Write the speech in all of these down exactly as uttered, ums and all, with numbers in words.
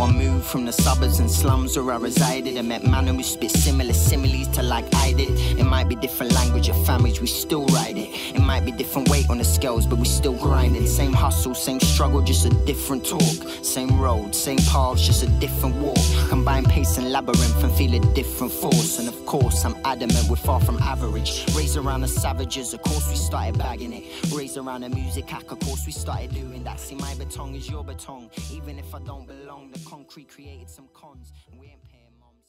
I moved from the suburbs and slums where I resided. I met man who spit similar similes to like I did. It might be different language of families, we still ride it. It might be different weight on the scales, but we still grinding. Same hustle, same struggle, just a different talk. Same road, same paths, just a different walk. Combine pace and labyrinth and feel a different force. And of course I'm adamant we're far from average. Raised around the savages, of course we started bagging it. Raised around the music hack, of course we started doing that. See, my beton is your beton. Even if I don't belong, the concrete created some cons. And we ain't paying moms.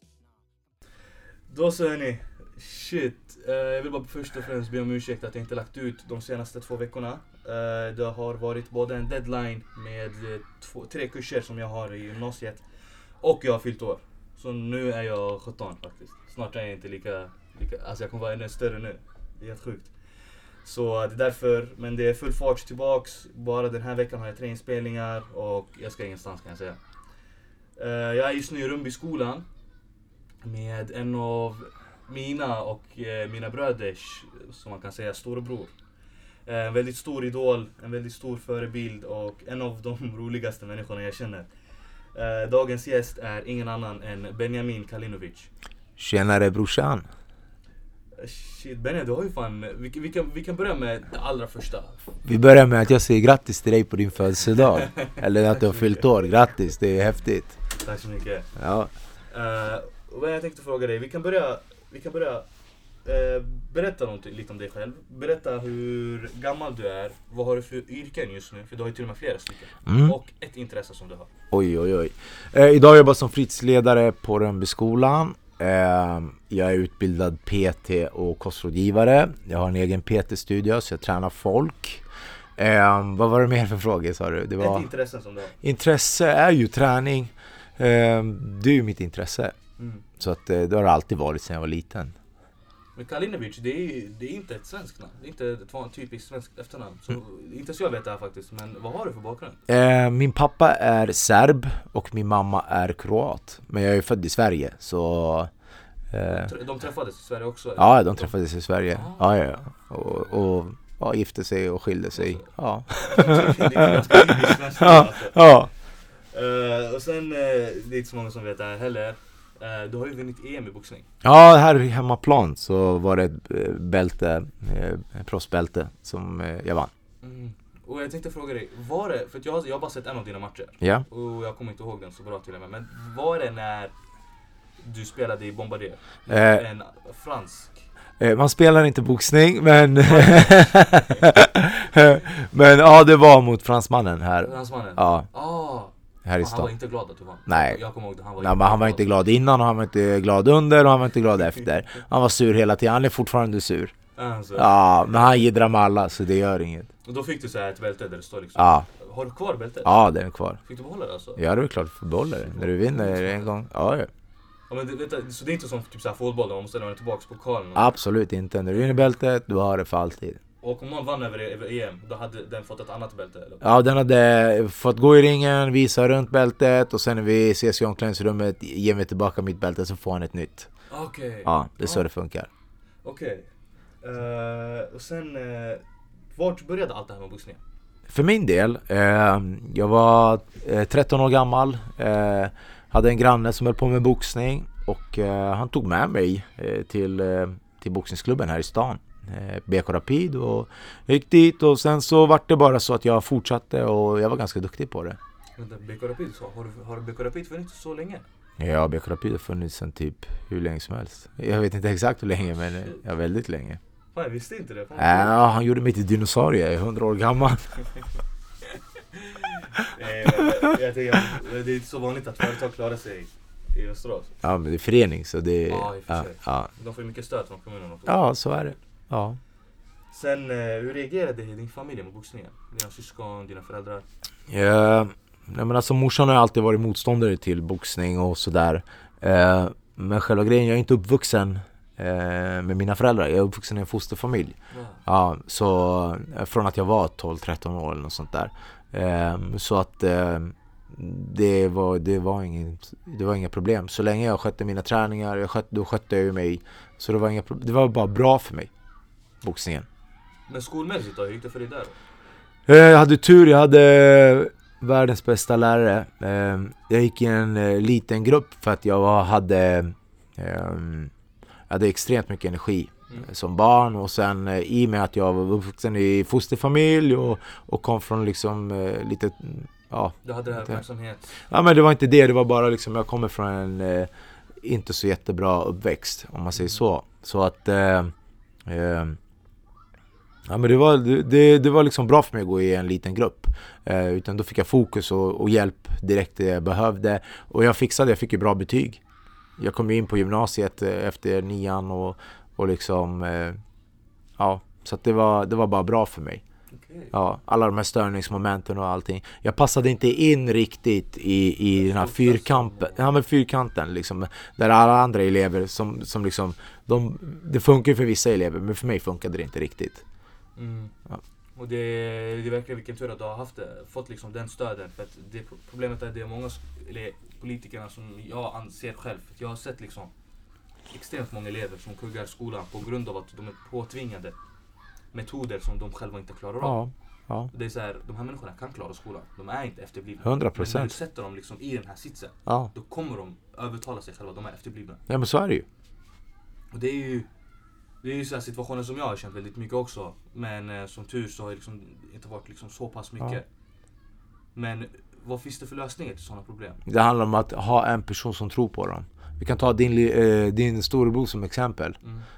Då så hörni, shit. Uh, jag vill bara först och främst be om ursäkt att jag inte lagt ut de senaste två veckorna. Uh, det har varit både en deadline med uh, två, tre kurser som jag har i gymnasiet. Och jag har fyllt år. Så nu är jag sjutton faktiskt. Snart är jag inte lika, lika alltså jag kommer vara ännu större nu. Det är helt sjukt. Så det är därför, men det är full fart tillbaks. Bara den här veckan har jag tre inspelningar och jag ska ingenstans kan jag säga. Uh, jag är just nu i Rumbyskolan med en av mina och uh, mina bröders, som man kan säga, storebror. Uh, en väldigt stor idol, en väldigt stor förebild och en av de roligaste människorna jag känner. Uh, dagens gäst är ingen annan än Benjamin Kalinovic. Tjenare brorsan. Shit, Benja, du har ju fan... Vi, vi, kan, vi kan börja med det allra första. Vi börjar med att jag säger grattis till dig på din födelsedag. Eller att du har fyllt år. Grattis, det är häftigt. Tack så mycket. Ja. Uh, och jag tänkte fråga dig, vi kan börja... Vi kan börja uh, berätta någonting, lite om dig själv. Berätta hur gammal du är. Vad har du för yrken just nu? För du har ju till och med flera stycken. Mm. Och ett intresse som du har. Oj, oj, oj. Uh, idag jobbar jag som fritidsledare på Rumbyskolan. Jag är utbildad P T och kostrådgivare. Jag har en egen P T-studio så jag tränar folk. Eh, vad var det mer för frågor sa du? Det var... Ett intresse som du har. Intresse är ju träning. Eh, det är ju mitt intresse. Mm. Så att, det har alltid varit sedan jag var liten. Men Kalinovic, det är, det är inte ett svenskt namn. Det är inte ett typiskt svenskt efternamn. Så, mm. Inte så jag vet det här faktiskt. Men vad har du för bakgrund? Eh, min pappa är serb och min mamma är kroat. Men jag är född i Sverige så... Eh, de träffades i Sverige också? Eller? Ja, de träffades i Sverige. Ah. Ja, ja. Och, och ja, gifte sig och skilde sig. Ja. ja. ja. Uh, och sen, uh, det är inte så många som vet det här heller. Uh, du har ju vunnit E M i boxning. Ja, här i hemmaplan så var det ett uh, bälte, uh, proffsbälte som uh, jag vann. Mm. Och jag tänkte fråga dig, var det, för att jag, jag har bara sett en av dina matcher. Ja. Och jag kommer inte ihåg den så bra till och med. Men var det när du spelade i Bombardier? Uh, en fransk? Uh, man spelar inte boxning, men... men ja, det var mot fransmannen här. Fransmannen? Ja. Ah. Här i stan. Han var inte glad att du vann. Nej. Jag kommer ihåg det. Han var, Nej, men han var inte glad innan och han var inte glad under och han var inte glad efter. Han var sur hela tiden. Han är fortfarande sur. Alltså. Ja, men han giddrar med alla så det gör inget. Och då fick du så här ett bälte där det står liksom. Ja. Har du kvar bältet? Ja, det är kvar. Fick du behålla det alltså? Ja, det är klart du får behålla det. När du vinner en gång. Ja, ja. Ja, men det, vet du, så det är inte som typ så här fotboll där man måste lämna tillbaka pokalen? Absolut inte. När du vinner bältet, du har det för alltid. Och om någon vann över, över E M, då hade den fått ett annat bälte? Eller? Ja, den hade fått gå i ringen, visa runt bältet och sen när vi ses i omklädningsrummet, ge mig tillbaka mitt bälte så får han ett nytt. Okej. Okay. Ja, det är så ja. Det funkar. Okej. Okay. Uh, och sen, uh, vart började allt det här med boxningen? För min del, eh, jag var eh, tretton år gammal, eh, hade en granne som höll på med boxning och eh, han tog med mig eh, till, eh, till boxningsklubben här i stan. B K Rapid och gick dit och sen så var det bara så att jag fortsatte och jag var ganska duktig på det. Vänta, B K Rapid så? Har, du, har B K Rapid funnits så länge? Ja, B K Rapid har funnits sedan typ hur länge som helst. Jag vet inte exakt hur länge men ja, väldigt länge. Fan, jag visste inte det. Fan, ja, han gjorde mig till dinosaurie, jag är hundra år gammal. Nej, jag, jag tänker, det är inte så vanligt att företag klarar sig i Västerås. Ja, men det är förening så det ja, ja, ja. De får ju mycket stöd från kommunen också. Ja, så är det. Ja. Sen, hur reagerade din familj med boxningen? Dina syskon, dina föräldrar? Ja, nej men alltså morsan har alltid varit motståndare till boxning och sådär. Eh, men själva grejen, jag är inte uppvuxen eh, med mina föräldrar. Jag är uppvuxen i en fosterfamilj. Wow. Ja, så från att jag var tolv tretton år eller något sånt där. Eh, så att eh, det var det var ingen det var inga problem så länge jag skötte mina träningar, jag skötte då skötte jag mig. Så det var inga det var bara bra för mig. Boxningen. Men skolmässigt då, hur gick det för dig där? Jag hade tur, jag hade världens bästa lärare. Eh, jag gick i en eh, liten grupp för att jag var, hade, eh, hade extremt mycket energi mm. som barn. Och sen eh, i och med att jag var uppvuxen i fosterfamilj och, och kom från liksom eh, lite... Ja, du hade det här verksamhet. Ja, men det var inte det. Det var bara liksom, jag kommer från en eh, inte så jättebra uppväxt, om man säger så. Så att... Eh, eh, Ja, men det var, det, det var liksom bra för mig att gå i en liten grupp. Eh, utan då fick jag fokus och, och hjälp direkt det jag behövde. Och jag fixade, jag fick ju bra betyg. Jag kom in på gymnasiet eh, efter nian och, och liksom... Eh, ja, så att det var, det var bara bra för mig. Okay. Ja, alla de här störningsmomenten och allting. Jag passade inte in riktigt i, i den här fyrkanten. Ja, men fyrkanten liksom. Där alla andra elever som, som liksom... De, det funkar för vissa elever, men för mig funkade det inte riktigt. Mm. Ja. Och det, det verkar vilken tur att du har haft det, fått liksom den stöden, för att det, problemet är att det är många eller, politikerna som jag anser själv, för jag har sett liksom extremt många elever som kuggar skolan på grund av att de är påtvingade metoder som de själva inte klarar av. Ja. Ja. Det är så här, de här människorna kan klara skolan, de är inte efterblivna. hundra procent. Men när du sätter dem liksom i den här sitsen, ja. då kommer de övertala sig själva, de är efterblivna. Ja, men så är det ju. Och det är ju Det är ju så här situationer som jag har känt väldigt mycket också. Men eh, som tur så har det liksom inte varit liksom så pass mycket. Ja. Men vad finns det för lösningar till sådana problem? Det handlar om att ha en person som tror på dem. Vi kan ta din, eh, din storebror som exempel.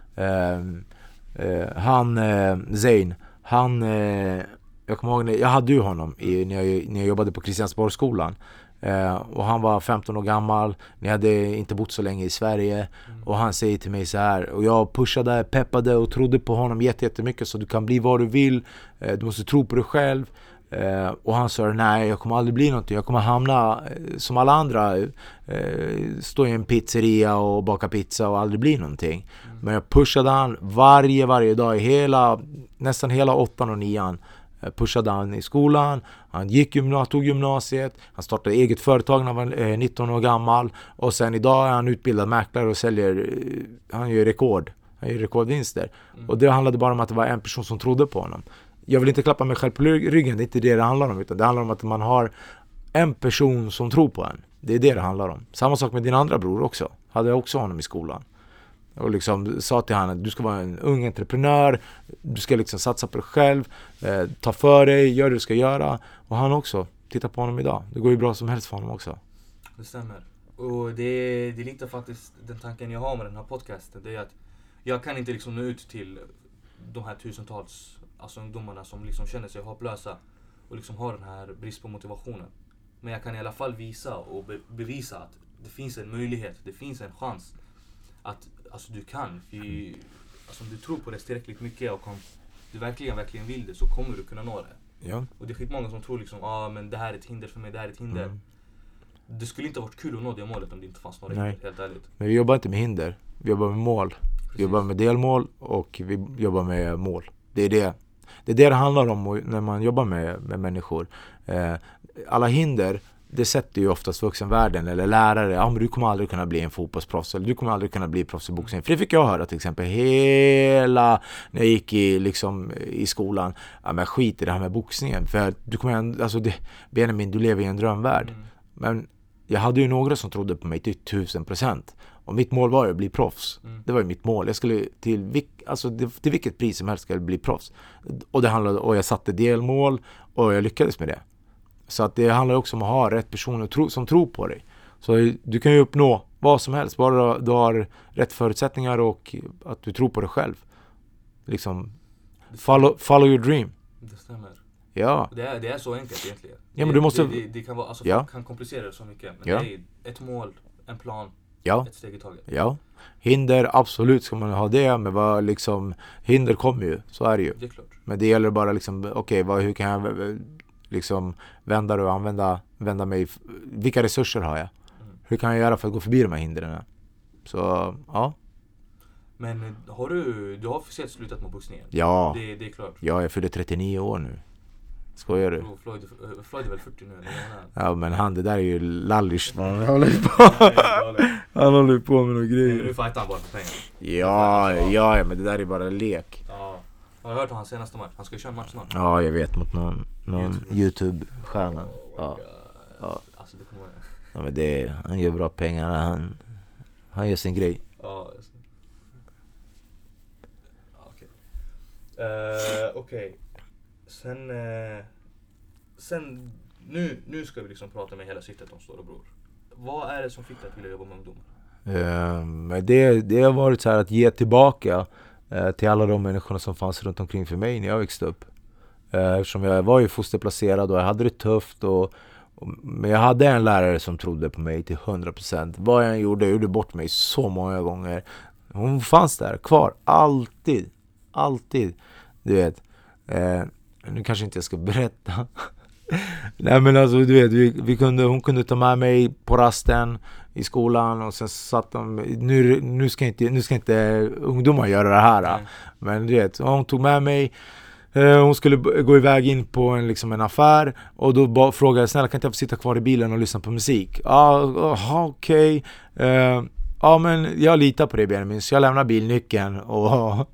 Mm. Eh, eh, han, eh, Zain, han... Eh, jag kommer ihåg, jag hade ju honom i, när, jag, när jag jobbade på Kristiansborgsskolan. Uh, och han var femton år gammal. Ni hade inte bott så länge i Sverige. Mm. Och han säger till mig så här. Och jag pushade, peppade och trodde på honom jättemycket. Så du kan bli vad du vill. Uh, du måste tro på dig själv. Uh, och han sa, nej, jag kommer aldrig bli någonting. Jag kommer hamna uh, som alla andra. Uh, stå i en pizzeria och baka pizza och aldrig bli någonting. Mm. Men jag pushade han varje, varje dag. I hela, nästan hela åttan och nian. Pushade han i skolan, han gick gymnasiet, tog gymnasiet, han startade eget företag när han var nitton år gammal och sen idag är han utbildad mäklare och säljer, han gör rekord, han gör rekordvinster. Mm. Och det handlade bara om att det var en person som trodde på honom. Jag vill inte klappa mig själv på ryggen, det är inte det det handlar om, utan det handlar om att man har en person som tror på en. Det är det det handlar om. Samma sak med din andra bror också, hade jag också honom i skolan. Och liksom sa till honom att du ska vara en ung entreprenör, du ska liksom satsa på dig själv, eh, ta för dig, gör det du ska göra. Och han också, titta på honom idag. Det går ju bra som helst för honom också. Det stämmer. Och det, det är lite faktiskt den tanken jag har med den här podcasten. Det är att jag kan inte liksom nå ut till de här tusentals alltså ungdomarna som liksom känner sig hopplösa och liksom har den här brist på motivationen. Men jag kan i alla fall visa och be- bevisa att det finns en möjlighet, det finns en chans att alltså du kan, för alltså, om du tror på det tillräckligt mycket och om du verkligen, verkligen vill det så kommer du kunna nå det. Ja. Och det är skitmånga som tror liksom, ah, men det här är ett hinder för mig, det här är ett hinder. Mm. Det skulle inte ha varit kul att nå det målet om det inte fanns några hinder, helt ärligt. Men vi jobbar inte med hinder, vi jobbar med mål. Precis. Vi jobbar med delmål och vi jobbar med mål. Det är det det, är det, det handlar om när man jobbar med, med människor. Eh, alla hinder, det sätter ju oftast vuxenvärlden eller lärare. Ja, men du kommer aldrig kunna bli en fotbollsproffs eller du kommer aldrig kunna bli proffs i boxning. För det fick jag höra till exempel hela när jag gick i, liksom, i skolan. Ja, men skit i det här med boxningen. För du kommer, alltså det, Benjamin, du lever i en drömvärld. Mm. Men jag hade ju några som trodde på mig till tusen procent. Och mitt mål var att bli proffs. Mm. Det var ju mitt mål. Jag skulle till, alltså, till vilket pris som helst skulle bli proffs. Och, det handlade, och jag satte delmål och jag lyckades med det. Så att det handlar också om att ha rätt personer tro, som tror på dig. Så du kan ju uppnå vad som helst. Bara du har rätt förutsättningar och att du tror på dig själv. Liksom, follow, follow your dream. Det stämmer. Ja. Det är, det är så enkelt egentligen. Ja, men du måste... det, det, det kan vara, alltså, ja. kan komplicera det så mycket. Men ja. det är ett mål, en plan, ja. ett steg i taget. Ja. Hinder, absolut ska man ha det. Men vad liksom, hinder kommer ju. Så är det ju. Det är klart. Men det gäller bara liksom, okej, okay, hur kan jag liksom vända och använda vända mig, vilka resurser har jag? Mm. Hur kan jag göra för att gå förbi de här hindren? Så, ja. Men har du, du har officiellt slutat med boxningen? Ja. Det, det är klart. Ja, jag fyller trettionio år nu. Skojar du? Bro, Floyd, Floyd är väl fyrtio nu? Eller ja, men han, det där är ju lallish. Han håller på, han håller på med några grejer. Men nu fightar han bara för pengar. Ja, ja, men det där är bara lek. Ja. Har jag hört om hans senaste match? Han ska köra en match snart. Ja, jag vet, mot någon, någon YouTube. YouTube-stjärna. Oh Ja. Ja. Alltså, det kommer... Ja, men det, han gör bra pengar. Han, han gör sin grej. Ja, just det. Okej. Okay. Uh, okay. Sen... Uh, sen... Nu, nu ska vi liksom prata med hela syftet om Storebror. Vad är det som fick dig att vilja jobba med ungdomar? Uh, det, det har varit så här att ge tillbaka uh, till alla de människorna som fanns runt omkring för mig när jag växte upp. Uh, eftersom jag var ju fosterplacerad och jag hade det tufft. Och, och, men jag hade en lärare som trodde på mig till hundra procent. Vad jag gjorde, jag gjorde bort mig så många gånger. Hon fanns där, kvar, alltid. Alltid. Du vet. Uh, nu kanske inte jag ska berätta. Nej, men alltså du vet, vi, vi kunde, hon kunde ta med mig på rasten i skolan och sen satt de, nu, nu, ska inte, nu ska inte ungdomar göra det här. Mm. Men du vet, hon tog med mig, eh, hon skulle b- gå iväg in på en, liksom en affär och då ba, frågade jag, snälla kan inte jag få sitta kvar i bilen och lyssna på musik? Ja, ah, okej. Okay. Eh, ja, men jag litar på det, Benjamin, så jag lämnar bilnyckeln och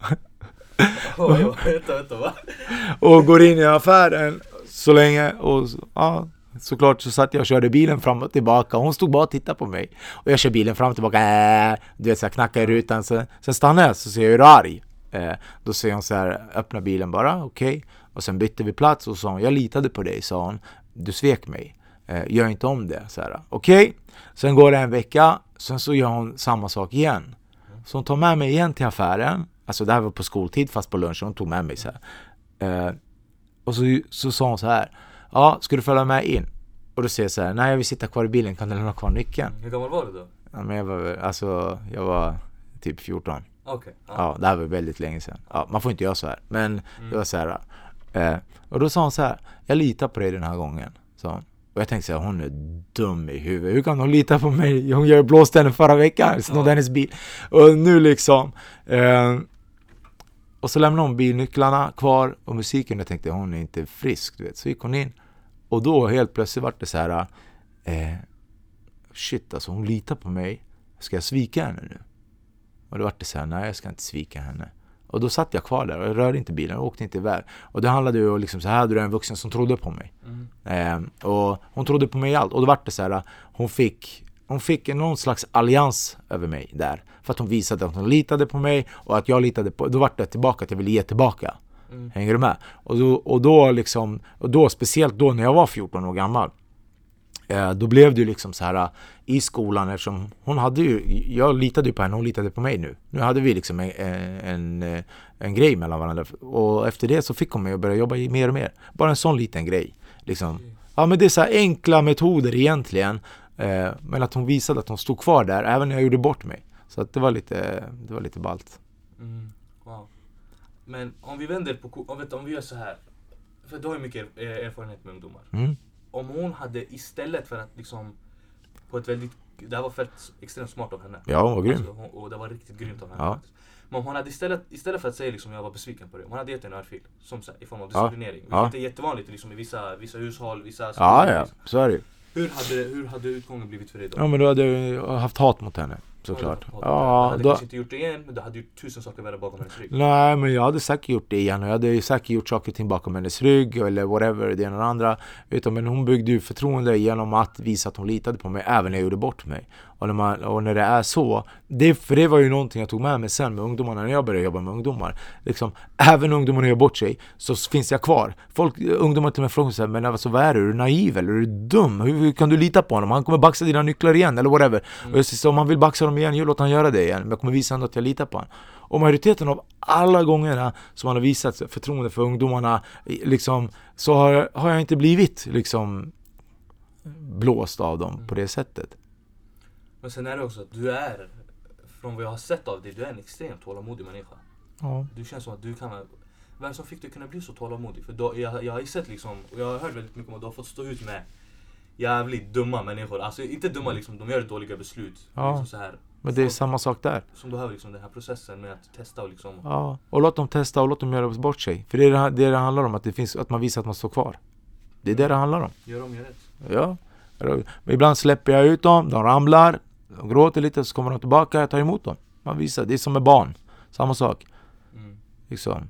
oh, vänta, vänta, va? och går in i affären så länge och ja, såklart så satt jag och körde bilen fram och tillbaka. Hon stod bara och tittade på mig. Och jag kör bilen fram och tillbaka. Äh, du vet, så jag knackar i rutan. Så, sen stannar jag, så ser jag hur arg. Eh, då säger hon så här, öppna bilen bara, okej. Okay. Och sen bytte vi plats och sa hon, jag litade på dig, sa hon. Du svek mig. Eh, gör inte om det. Så här, okej. Okay. Sen går det en vecka. Sen så gör hon samma sak igen. Så hon tar med mig igen till affären. Alltså det här var på skoltid, fast på lunch. Hon tog med mig så här. Eh, Och så, så sa hon så här, ja, ska du följa med in? Och då säger jag så här, nej jag vill sitta kvar i bilen, kan du lämna kvar nyckeln? Hur gammal var du då? Ja, men jag var, alltså, jag var typ fjorton. Okej. Okay. Ja. Ja, det här var väldigt länge sedan. Ja, man får inte göra så här. Men mm. det var så här. Eh, och då sa hon så här, jag litar på dig den här gången. Så hon. Och jag tänkte så här, hon är dum i huvudet. Hur kan hon lita på mig? Hon gör blåst henne förra veckan, snodde ja. hennes bil. Och nu liksom... Eh, Och så lämnade hon bilnycklarna kvar och musiken. Jag tänkte, hon är inte frisk, du vet. Så gick hon in. Och då helt plötsligt var det så här, eh, shit, alltså hon litar på mig. Ska jag svika henne nu? Och då var det så här, nej jag ska inte svika henne. Och då satt jag kvar där och jag rörde inte bilen och åkte inte iväg. Och det handlade ju om liksom, så här hade du en vuxen som trodde på mig. Mm. Eh, och hon trodde på mig i allt. Och då var det så här, hon fick... Hon fick någon slags allians över mig där. För att hon visade att hon litade på mig. Och att jag litade på... Då var det tillbaka att jag ville ge tillbaka. Mm. Hänger du med? Och då, och då liksom... Och då, speciellt då när jag var fjorton år gammal. Eh, då blev det ju liksom så här i skolan. Eftersom hon hade ju... Jag litade ju på henne, hon litade på mig nu. Nu hade vi liksom en, en, en, en grej mellan varandra. Och efter det så fick hon mig att börja jobba mer och mer. Bara en sån liten grej. Liksom. Ja, men det är så här enkla metoder egentligen. Eh, men att hon visade att hon stod kvar där även när jag gjorde bort mig. Så att det var lite det var lite ballt. Mm, wow. Men om vi vänder på om, vet, om vi gör så här, för du har ju mycket erfarenhet med ungdomar. Mm. Om hon hade istället för att liksom på ett väldigt, det här var fett extremt smart av henne. Ja, hon var grym. Alltså, hon, och det var riktigt grymt av henne. Ja. Men om hon hade istället istället för att säga liksom jag var besviken på det, hon hade gett en örfil som så här, i form av disciplinering. Ja. Vilket är jättevanligt liksom i vissa vissa hushåll, vissa skolor, Ja, ja, liksom. så är det. Hur hade, hur hade utgången blivit för dig då? Ja, men då hade jag haft hat mot henne, såklart. Ja, ja, du hade då... kanske inte gjort det igen, men du hade gjort tusen saker värre bakom hennes rygg. Nej, men jag hade säkert gjort det igen. Och jag hade säkert gjort saker till bakom hennes rygg eller whatever, det ena och andra. Utan, men hon byggde ju förtroende genom att visa att hon litade på mig även när jag gjorde bort mig. Och när, man, och när det är så, det, för det var ju någonting jag tog med mig sen med ungdomarna när jag började jobba med ungdomar. Liksom, även när ungdomarna gör bort sig så finns jag kvar. Folk, ungdomar till mig frågar så här, men alltså, vad är du? Är du naiv eller är du dum? Hur, hur kan du lita på honom? Han kommer baxa dina nycklar igen eller whatever. Mm. Och jag säger, om han vill baxa dem igen, jag låter han göra det igen. Men jag kommer visa ändå att jag litar på honom. Och majoriteten av alla gångerna som man har visat förtroende för ungdomarna liksom, så har, har jag inte blivit liksom blåst av dem mm. på det sättet. Men sen är det också att du är, från vad jag har sett av dig, du är en extremt tålamodig människa. Ja. Du känns som att du kan, vad är det som fick dig kunna bli så tålamodig? För då, jag, jag har ju sett liksom, och jag har hört väldigt mycket om att du har fått stå ut med jävligt dumma människor. Alltså inte dumma liksom, de gör dåliga beslut. Ja. Liksom så här. Men det är samma sak där. Som du har liksom den här processen med att testa och liksom... Ja, och låt dem testa och låt dem göra bort sig. För det är det, det, det handlar om, att, det finns, att man visar att man står kvar. Det är det det handlar om. Gör om, gör rätt. Ja. Men ibland släpper jag ut dem, de ramlar, de gråter lite, så kommer de tillbaka, jag tar emot dem. Man visar, det är som med barn. Samma sak. Mm. Liksom.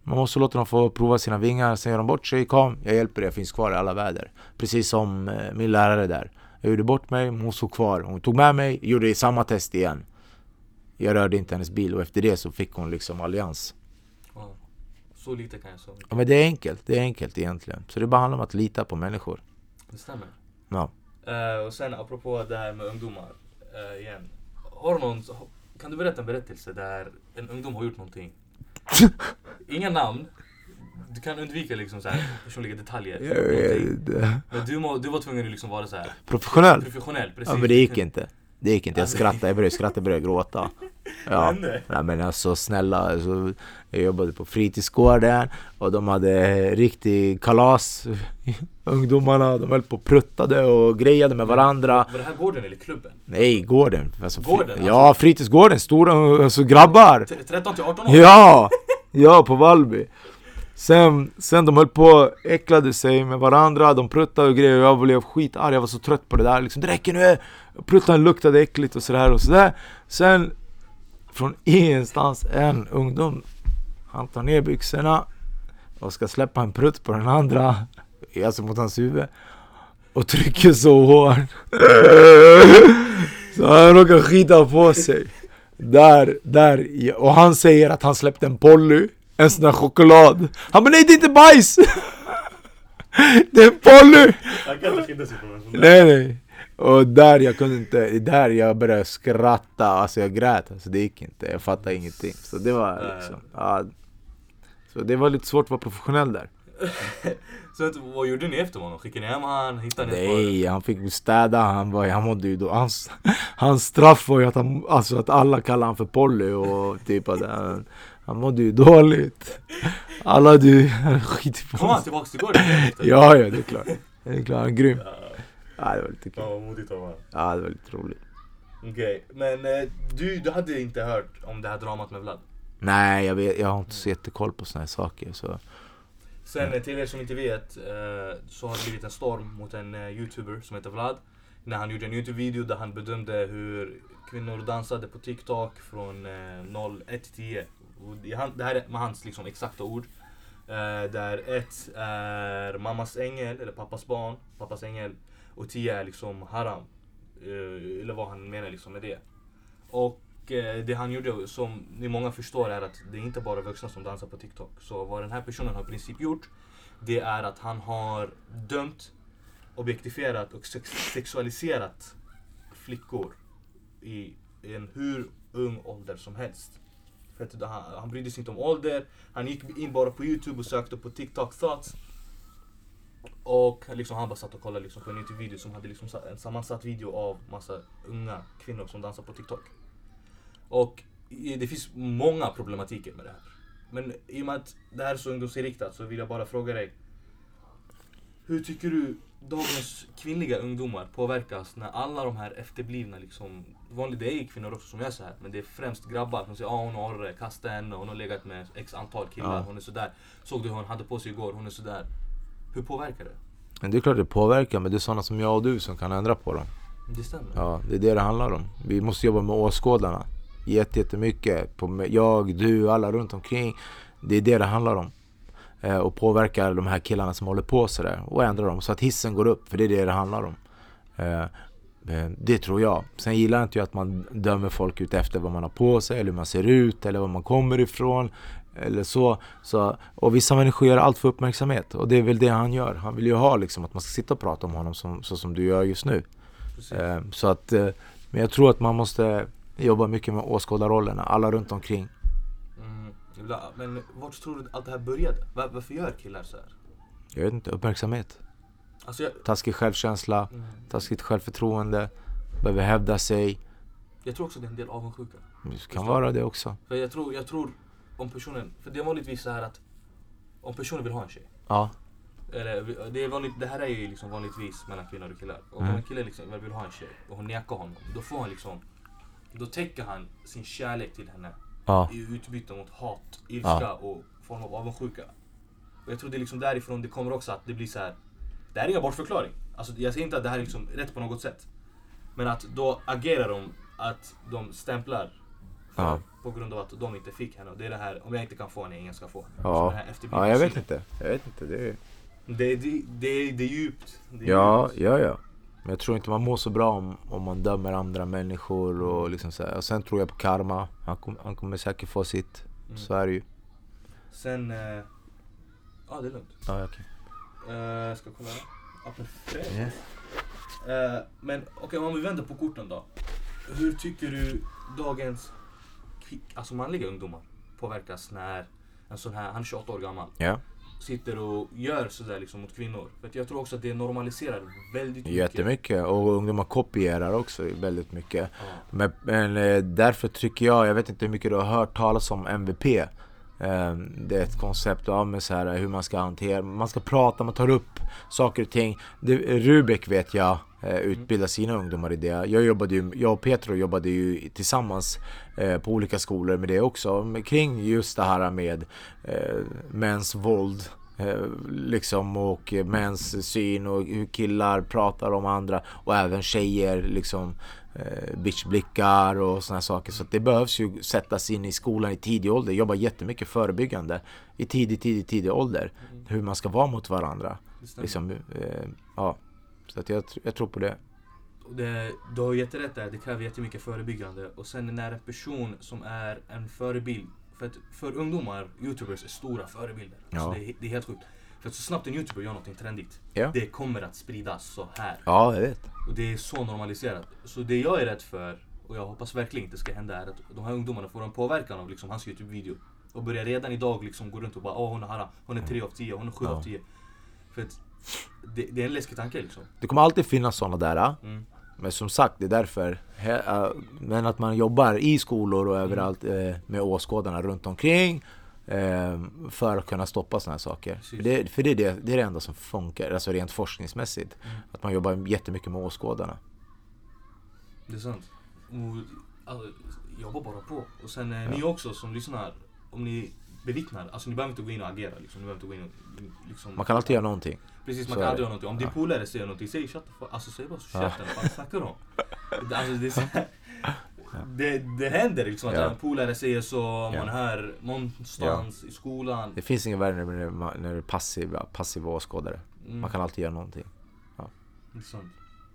Man måste låta dem få prova sina vingar. Sen gör de bort sig, kom, jag hjälper dig, jag finns kvar i alla väder. Precis som eh, min lärare där. Jag gjorde bort mig, hon stod kvar. Hon tog med mig, gjorde samma test igen. Jag rörde inte hennes bil och efter det så fick hon liksom allians. Ja. Så lite kan jag säga. Ja, men det är enkelt, det är enkelt egentligen. Så det bara handlar om att lita på människor. Det stämmer. Ja. Uh, och sen apropå det här med ungdomar uh, igen. Har någon, kan du berätta en berättelse där en ungdom har gjort någonting? Inga namn. Du kan undvika liksom så här personliga detaljer. Men du, må, du var tvungen att liksom vara så här professionell. Professionell, precis. Ja, men det gick inte. Det gick inte. Jag skrattade, jag började skratta, jag började gråta. Ja, nej, men alltså snälla, alltså, jag jobbade på fritidsgården och de hade riktig kalas. Ungdomarna, de höll på och pruttade och grejade med varandra. Var det här gården eller klubben? Nej, gården. Alltså, gården fri- ja, alltså. Fritidsgården, stora alltså, grabbar. tretton till arton år? Ja, ja, på Vallby. Sen, sen de höll på äcklade sig med varandra, de pruttade och grejer och jag blev skitarg, jag var så trött på det där liksom, det räcker nu, pruttan luktade äckligt och sådär och sådär. Sen från ingenstans en ungdom, han tar ner byxorna och ska släppa en prutt på den andra, alltså mot hans huvud, och trycker så hårt så han råkar skita på sig där, där, och han säger att han släppte en Polly. En sån där choklad. Han bara, nej det är inte bajs. Det är en Polly. Han kan inte skydda sig på en sån där. Nej, nej. Och där jag kunde inte, där jag började skratta. Alltså jag grät, alltså det gick inte. Jag fattade ingenting. Så det var liksom, ja. Så det var lite svårt att vara professionell där. Så vad gjorde ni efter honom? Skickade ni hem han? Hittade ni nej, han fick städa. Han var, han mådde ju då. Hans, hans straff var ju att, han, alltså att alla kallade han för Polly. Och typ att han, han mådde ju dåligt. Alla du, han skit på. Kom han tillbaka till gården? Ja, ja, det är klart. Det är klart, han är grym. Ja, ja det var lite kul. Ja, modigt av honom. Ja, det var lite roligt. Okej, okay. Men eh, du, du hade inte hört om det här dramat med Vlad? Nej, jag, vet, jag har inte så jättekoll på såna här saker. Så. Sen mm. till er som inte vet eh, så har det blivit en storm mot en eh, YouTuber som heter Vlad. När han gjorde en YouTube-video där han bedömde hur kvinnor dansade på TikTok från eh, noll ett till tio. Och det här är med hans liksom, exakta ord. Eh, där ett är mammas ängel eller pappas barn, pappas ängel. Och tio är liksom haram. Eh, eller vad han menar liksom med det. Och eh, det han gjorde, som ni många förstår, är att det är inte bara vuxna som dansar på TikTok. Så vad den här personen har i princip gjort, det är att han har dömt, objektifierat och sex- sexualiserat flickor i en hur ung ålder som helst. För att han, han brydde sig inte om ålder. Han gick in bara på YouTube och sökte på TikTok thoughts. Och liksom, han bara satt och kollade liksom, på en YouTube-video som hade liksom, en sammansatt video av massa unga kvinnor som dansar på TikTok. Och det finns många problematiker med det här. Men i och med att det här är så ungdomsinriktat så vill jag bara fråga dig. Hur tycker du dagens kvinnliga ungdomar påverkas när alla de här efterblivna liksom, vanligt det är kvinnor också som gör så här, men det är främst grabbar som säger ah, hon har kastat henne, hon har legat med x antal killar, ja. Hon är sådär. Såg du hur hon hade på sig igår, hon är sådär. Hur påverkar det? Men det är klart det påverkar, men det är sådana som jag och du som kan ändra på dem. Det stämmer. Ja, det är det det handlar om. Vi måste jobba med åskådarna. Jätte, jättemycket. På jag, du, alla runt omkring. Det är det det handlar om. Eh, och påverkar de här killarna som håller på sådär. Och ändra dem så att hissen går upp. För det är det det handlar om. Eh, det tror jag. Sen gillar jag inte att man dömer folk ut efter vad man har på sig. Eller hur man ser ut. Eller var man kommer ifrån. Eller så, så. Och vissa människor gör allt för uppmärksamhet. Och det är väl det han gör. Han vill ju ha liksom, att man ska sitta och prata om honom som, så som du gör just nu. Eh, så att, eh, men jag tror att man måste jobba mycket med åskådarrollerna. Alla runt omkring. Mm, men vart tror du allt det här började? Var, varför gör killar så här? Jag vet inte, uppmärksamhet. Alltså jag... Taskig självkänsla, mm. taskigt självförtroende, behöver hävda sig. Jag tror också det är en del avundsjuka. Det kan vara det också. För jag tror, jag tror om personen, för det är vanligtvis så här att om personen vill ha en tjej. Ja. Eller, det, är vanligt, det här är ju liksom vanligtvis mellan kvinnor och killar. Och om mm. en kille liksom vill ha en tjej och hon nekar honom, då får han liksom, då täcker han sin kärlek till henne ja. i utbyte mot hat, ilska ja. och form av avundsjuka. Och jag tror det är liksom därifrån det kommer också att det blir så här. Det här är ingen bortförklaring. Alltså jag säger inte att det här är liksom rätt på något sätt. Men att då agerar de att de stämplar För, Ja. På grund av att de inte fick henne. Och det är det här, om jag inte kan få henne, ingen ska få. Så Ja, det här efterblivna ja jag vet synen. inte. Jag vet inte. Det är... Det, det, det, det är djupt. Det är Ja, djupt. ja, ja. Men jag tror inte man mår så bra om, om man dömer andra människor och liksom så här. Och sen tror jag på karma. Han, kom, han kommer säkert få sitt. Mm. Så är det ju. Sen... Eh, ja, det är lugnt. Ja, okej. Uh, ska kolla. Ja, perfekt. Yeah. Uh, men okej, okay, om vi vänder på korten då. Hur tycker du dagens alltså manliga ungdomar påverkas när en sån här, han är tjugoåtta år gammal, Ja. sitter och gör sådär liksom mot kvinnor? För att jag tror också att det normaliserar väldigt mycket. Jättemycket. Och ungdomar kopierar också väldigt mycket. Ja. Men, men eh, därför tycker jag, jag vet inte hur mycket du har hört talas om M V P. Eh, det är ett koncept av med så här, hur man ska hantera, man ska prata, man tar upp saker och ting. Det, Rubik vet jag eh, utbildar sina ungdomar i det. Jag jobbade ju, jag och Petro jobbade ju tillsammans eh, på olika skolor med det också, med, kring just det här med eh, mäns våld. Eh, liksom, och mäns syn och hur killar pratar om andra och även tjejer liksom eh, bitchblickar och såna här saker. Så att det behövs ju sättas in i skolan i tidig ålder, jobba jättemycket förebyggande i tidig, tidig, tidig ålder, mm. hur man ska vara mot varandra liksom, eh, ja. Så att jag, jag tror på det. det du har jätterätt där, det kräver jättemycket förebyggande. Och sen när en person som är en förebild, för att för ungdomar, youtubers är stora förebilder. Ja. Alltså det, är, det är helt sjukt. För att så snabbt en youtuber gör något trendigt, Ja. det kommer att spridas så här. Ja, jag vet. Och det är så normaliserat. Så det jag är rädd för, och jag hoppas verkligen inte ska hända, är att de här ungdomarna får en påverkan av liksom hans YouTube-video. Och börjar redan idag liksom gå runt och bara, åh hon är här, hon är tre av tio, hon är sju Ja. av tio. För att det, det är en läskig tanke liksom. Det kommer alltid finnas sådana där. Mm. Men som sagt, det är därför he, uh, men att man jobbar i skolor och överallt uh, med åskådarna runt omkring uh, för att kunna stoppa såna här saker. För, det, för det, är det, det är det enda som funkar, alltså rent forskningsmässigt. Mm. Att man jobbar jättemycket med åskådarna. Det är sant. Och, alltså, jobba bara på. Och sen eh, ni också som lyssnar, om ni bevittnar, alltså ni behöver inte gå in och agera liksom, ni behöver inte gå in och, liksom, Man kan alltid göra någonting. Precis, man Så kan är aldrig det. göra någonting. Om Ja. din polare säger någonting, säg shut the fuck, alltså säg bara så Ja. käften, vad snackar du om? Alltså det är så här, det, det händer liksom att Ja. en polare säger så, man Ja. hör någonstans i skolan. Det finns ingen värre när det när det är passiva, passiva åskådare. Mm. Man kan alltid göra någonting. Det är sant.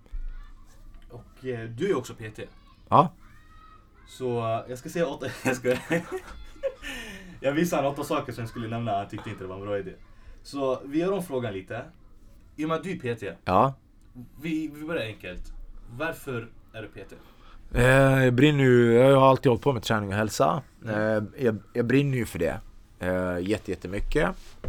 Och eh, du är också P T. Ja, Så eh, jag ska säga åtta, jag ska jag visade åtta saker som jag skulle nämna, jag tyckte inte det var en bra idé. Så vi gör om frågan lite. I och med att du är P T, ja. vi, vi börjar enkelt. Varför är du P T? Eh, jag brinner ju, jag har alltid hållit på med träning och hälsa. Eh, jag, jag brinner ju för det. Eh, jätte, jättemycket.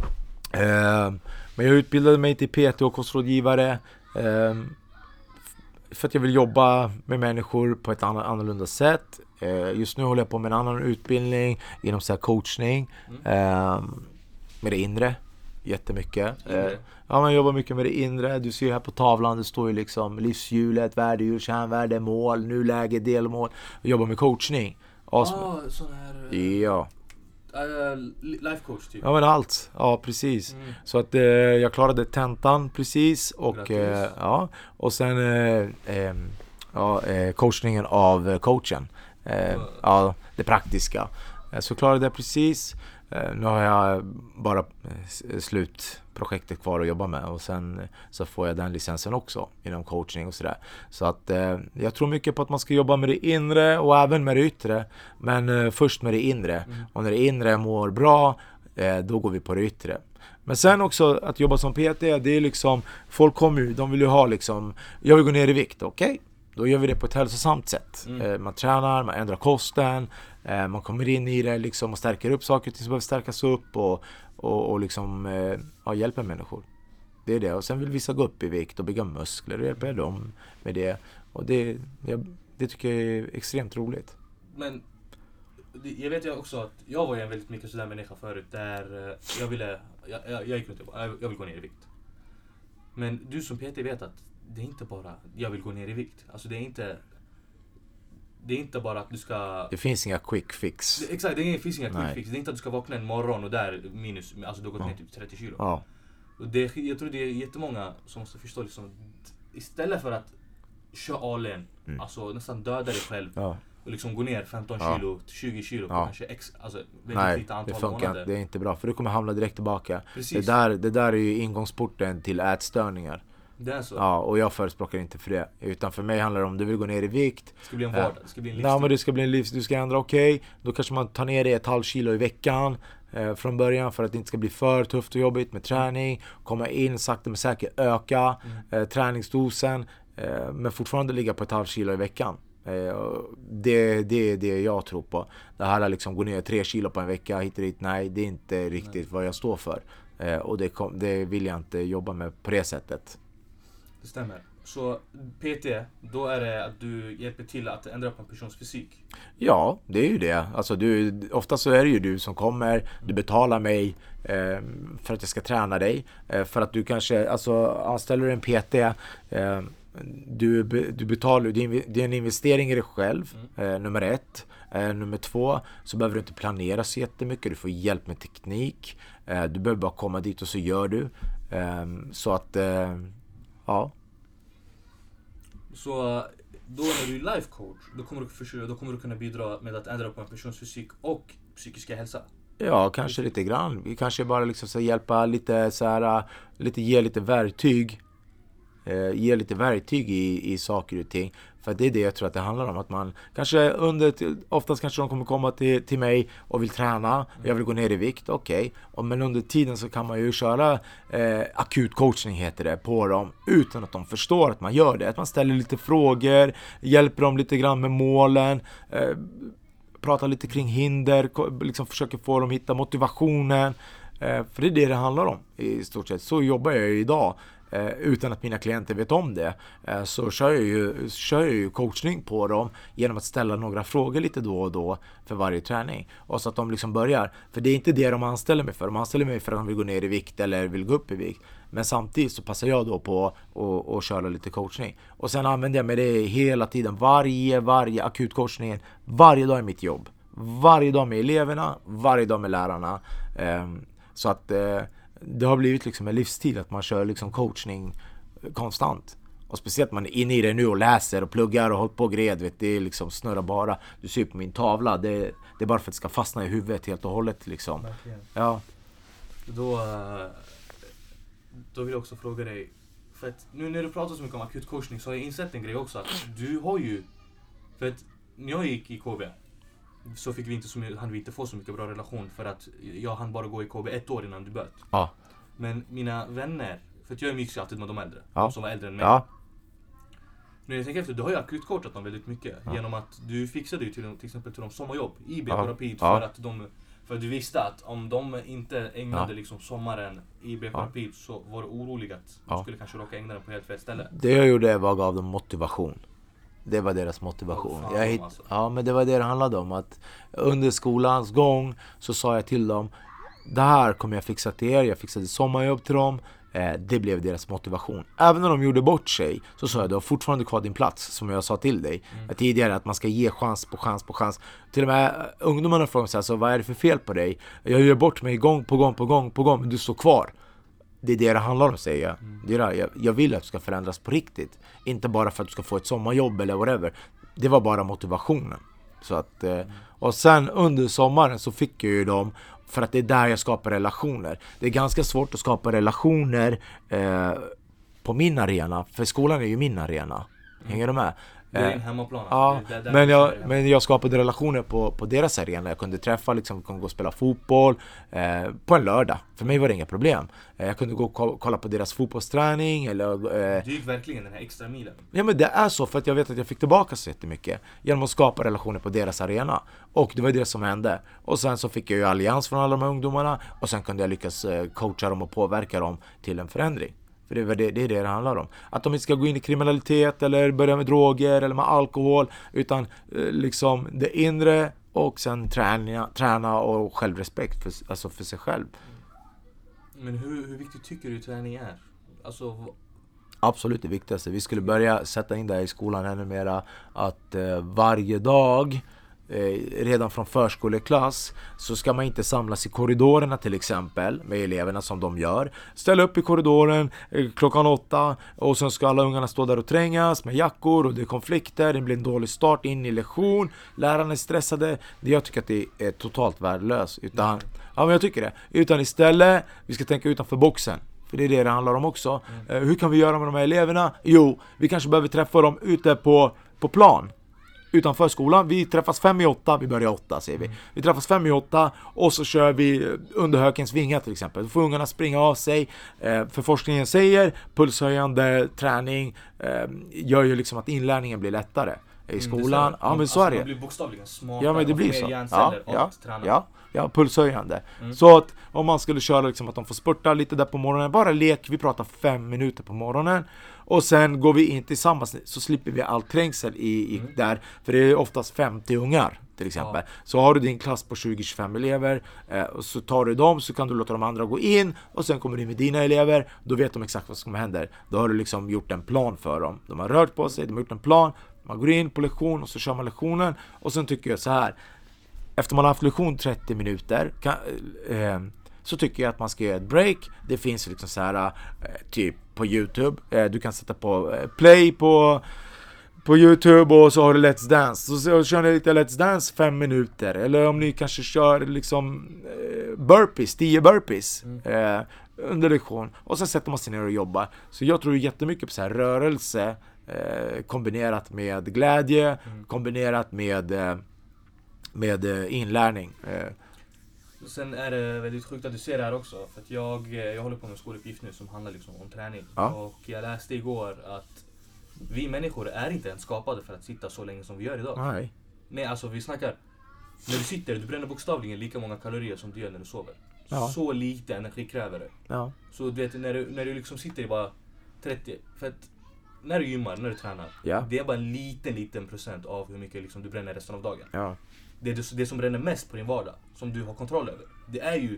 Eh, men jag utbildade mig till P T och kostrådgivare. Eh, för att jag vill jobba med människor på ett annan, annorlunda sätt. Eh, just nu håller jag på med en annan utbildning inom så här coachning. Eh, med det inre. Jättemycket. Inre? Eh, ja, man jobbar mycket med det inre. Du ser ju här på tavlan, det står ju liksom livshjulet, värdehjul, kärnvärde, mål, nuläge, delmål. Jag jobbar med coachning. Ja, Asm- ah, sån här uh, ja. uh, life coach typ. ja, men allt. Ja, precis. Mm. Så att eh, jag klarade tentan precis. Och, Grattis. eh, ja, och sen eh, eh, ja, eh, coachningen av eh, coachen. Eh, Mm. ja, det praktiska. Eh, så klarade jag precis. Eh, nu har jag bara eh, s- slutprojektet kvar att jobba med. Och sen eh, så får jag den licensen också inom coachning och sådär. Så att eh, jag tror mycket på att man ska jobba med det inre och även med det yttre. Men eh, först med det inre. Mm. Och när det inre mår bra, eh, då går vi på det yttre. Men sen också att jobba som P T, det är liksom, folk kommer ju, de vill ju ha liksom, jag vill gå ner i vikt, okej? Okay? Då gör vi det på ett hälsosamt sätt. Mm. Eh, man tränar, man ändrar kosten, eh, man kommer in i det liksom och stärker upp saker som behöver stärkas upp och, och, och liksom eh, ja, hjälper människor. Det är det. Och sen vill vissa gå upp i vikt och bygga muskler och hjälper dem med det. Och det, jag, det tycker jag är extremt roligt. Men det- jag vet ju också att jag var ju en väldigt mycket sådär människa förut där eh, jag ville, jag, jag, jag gick runt och bara, jag, jag vill gå ner i vikt. Men du som P T vet att det är inte bara jag vill gå ner i vikt. Alltså det är inte det är inte bara att du ska Det finns inga quick fix. det, exakt, det är- finns inga quick Nej. fix. Det är inte att du ska vakna en morgon och där minus, alltså du har gått ner typ trettio kilo. Ja, Och det, jag tror det är jättemånga som måste förstå liksom, istället för att köra all in, Mm. alltså nästan döda dig själv ja, och liksom gå ner femton Ja. kilo till tjugo kilo på Ja. kanske ex, alltså väldigt Nej, lite det antal funkar månader. inte. Det är inte bra. För du kommer hamna direkt tillbaka. Precis. Det där, det där är ju ingångsporten till ätstörningar. Det är så. Ja, och jag förespråkar inte för det. Utan för mig handlar det om du vill gå ner i vikt. Det ska bli en vardag, det ska bli en Nej, livsstil. men det ska bli en livsstil. Du ska ändra, okej. Okay. Då kanske man tar ner det ett halvt kilo i veckan. Eh, från början för att det inte ska bli för tufft och jobbigt med träning. Komma in, sakta men säkert öka Mm. eh, träningsdosen. Eh, men fortfarande ligga på ett halvt kilo i veckan. Det, det är det jag tror på. Det här är liksom gå ner tre kilo på en vecka hit och dit. Nej, det är inte riktigt Nej. vad jag står för. Och det, kom, det vill jag inte jobba med på det sättet. Det stämmer. Så P T, då är det att du hjälper till att ändra på en persons fysik? Ja, det är ju det. Alltså du, ofta så är det ju du som kommer, du betalar mig eh, för att jag ska träna dig. Eh, för att du kanske, alltså anställer du en P T, eh, Du, du betalar, det är en investering i dig själv, mm. eh, nummer ett. Eh, nummer två, så behöver du inte planera så jättemycket. Du får hjälp med teknik. Eh, du behöver bara komma dit och så gör du. Eh, så att, eh, ja. Så då när du är life coach, då kommer du, försöka, då kommer du kunna bidra med att ändra på en persons fysik och psykiska hälsa? Ja, kanske lite grann. Vi kanske bara liksom så hjälpa lite så här, lite, ge lite verktyg. Eh, ge lite verktyg i, i saker och ting. För det är det jag tror att det handlar om. Att man kanske under, oftast kanske de kommer komma till, till mig och vill träna. Jag vill gå ner i vikt, okej. Okay. Men under tiden så kan man ju köra eh, akut coachning heter det på dem. Utan att de förstår att man gör det. Att man ställer lite frågor, hjälper dem lite grann med målen. Eh, pratar lite kring hinder, liksom försöker få dem hitta motivationen. Eh, för det är det det handlar om i stort sett. Så jobbar jag ju idag. Eh, utan att mina klienter vet om det, eh, så kör jag, ju, kör jag ju coachning på dem genom att ställa några frågor lite då och då för varje träning. Och så att de liksom börjar. För det är inte det de anställer mig för. De anställer mig för att de vill gå ner i vikt eller vill gå upp i vikt. Men samtidigt så passar jag då på att och köra lite coachning. Och sen använder jag mig det hela tiden. Varje, varje akut coachning. Varje dag i mitt jobb. Varje dag med eleverna. Varje dag med lärarna. Eh, så att... Eh, det har blivit liksom en livsstil att man kör liksom coachning konstant. Och speciellt man är inne i det nu och läser och pluggar och håller på och gred, vet, det är liksom snurrar bara. Du ser på min tavla, det, det är bara för att det ska fastna i huvudet helt och hållet liksom. Verkligen. Ja. Då, då vill jag också fråga dig, för att nu när du pratar så mycket om akut coachning så har jag insett en grej också, att du har ju, för att när jag gick i K B så fick vi inte så mycket, hann vi inte få så mycket bra relation för att jag hann bara gå i K B ett år innan du böt. Ja. Men mina vänner, för att jag umgicks ju alltid med de äldre, Ja. de som var äldre än mig. Ja. Nu jag tänker efter, du har ju akut coachat dem väldigt mycket Ja. genom att du fixade ju till, till exempel till dem sommarjobb i B K Ja. Rapid Ja. för att de, för att du visste att om de inte ägnade Ja. liksom sommaren i B K Ja. Rapid så var du orolig att Ja. de skulle kanske råka ägna den på helt fel ställe. Det jag gjorde var gav dem motivation. Det var deras motivation. Oh, fan, jag hitt- alltså. Ja, men det var det det handlade om. Att under skolans gång så sa jag till dem, det här kommer jag fixa till er. Jag fixade sommarjobb till dem. Eh, det blev deras motivation. Även när de gjorde bort sig så sa jag, du har fortfarande kvar din plats, som jag sa till dig mm. tidigare, att man ska ge chans på chans på chans. Till och med ungdomarna frågar sig, alltså, vad är det för fel på dig? Jag gör bort mig gång på gång på gång på gång, men du står kvar. Det är det det handlar om, säger jag. Mm. Det är det. Jag, jag vill att du ska förändras på riktigt. Inte bara för att du ska få ett sommarjobb eller whatever. Det var bara motivationen. Så att, mm. Och sen under sommaren så fick jag ju dem, för att det är där jag skapar relationer. Det är ganska svårt att skapa relationer eh, på min arena. För skolan är ju min arena. Hänger du med? Det är en hemmaplan. Ja, det är, det är men, jag, men jag skapade relationer på, på deras arena. Jag kunde träffa, liksom, kunde gå och spela fotboll eh, på en lördag. För mig var det inga problem. Eh, jag kunde gå och kolla på deras fotbollsträning. Eller, eh, du gick verkligen den här extra milen. Ja, men det är så, för att jag vet att jag fick tillbaka så jättemycket genom att skapa relationer på deras arena. Och det var det som hände. Och sen så fick jag ju allians från alla de här ungdomarna. Och sen kunde jag lyckas eh, coacha dem och påverka dem till en förändring. För det är det, det är det det handlar om. Att de inte ska gå in i kriminalitet eller börja med droger eller med alkohol. Utan eh, liksom det inre och sen träna, träna och självrespekt för, alltså för sig själv. Men hur, hur viktigt tycker du träning är? Alltså... Absolut det viktigaste. Vi skulle börja sätta in det i skolan ännu mera. Att eh, varje dag eh, redan från förskoleklass så ska man inte samlas i korridorerna till exempel med eleverna som de gör. Ställa upp i korridoren eh, klockan åtta och sen ska alla ungarna stå där och trängas med jackor och det är konflikter, det blir en dålig start in i lektion, lärarna är stressade. Jag tycker att det är totalt värdelöst. Utan, ja, men jag tycker det. Utan istället, vi ska tänka utanför boxen. För det är det det handlar om också. Mm. Eh, hur kan vi göra med de här eleverna? Jo, vi kanske behöver träffa dem ute på, på plan. Utanför skolan. Vi träffas fem i åtta. Vi börjar åtta, säger vi. Mm. Vi träffas fem i åtta och så kör vi under hökens vingar till exempel. Då får ungarna springa av sig. Eh, för forskningen säger pulshöjande träning eh, gör ju liksom att inlärningen blir lättare i skolan. Mm, ja, men så är det. Man blir bokstavligen smartare. Ja, men det blir så. Ja, ja, träna. ja. Ja, pulshöjande. Mm. Så att om man skulle köra liksom att de får spurta lite där på morgonen, bara lek, vi pratar fem minuter på morgonen och sen går vi in tillsammans så slipper vi all trängsel i, i mm. där, för det är oftast femtio ungar till exempel. Ja. Så har du din klass på tjugo till tjugofem elever eh, och så tar du dem, så kan du låta de andra gå in och sen kommer du in med dina elever, då vet de exakt vad som händer. Då har du liksom gjort en plan för dem. De har rört på sig, de har gjort en plan, man går in på lektion och så kör man lektionen och sen tycker jag så här. Efter man har haft lektion trettio minuter kan, eh, så tycker jag att man ska göra ett break. Det finns liksom så här eh, typ på YouTube. Eh, du kan sätta på eh, play på, på YouTube och så har du Let's Dance. Så, så kör ni lite Let's Dance fem minuter. Eller om ni kanske kör liksom eh, burpees, tio burpees mm. eh, under lektion. Och sen sätter man sig ner och jobbar. Så jag tror jättemycket på så här rörelse eh, kombinerat med glädje, mm. kombinerat med eh, med eh, inlärning. Eh. Sen är det väldigt sjukt att du ser det här också. För att jag, jag håller på med en skoluppgift nu som handlar liksom om träning. Ja. Och jag läste igår att vi människor är inte ens skapade för att sitta så länge som vi gör idag. Nej. Nej, alltså vi snackar. När du sitter, du bränner bokstavligen lika många kalorier som du gör när du sover. Ja. Så lite energi kräver det. Ja. Så du vet, när du, när du liksom sitter i bara trettio. För att när du gymmar, när du tränar. Ja. Det är bara en liten, liten procent av hur mycket liksom du bränner resten av dagen. Ja. Det, det, det som bränner mest på din vardag, som du har kontroll över, det är ju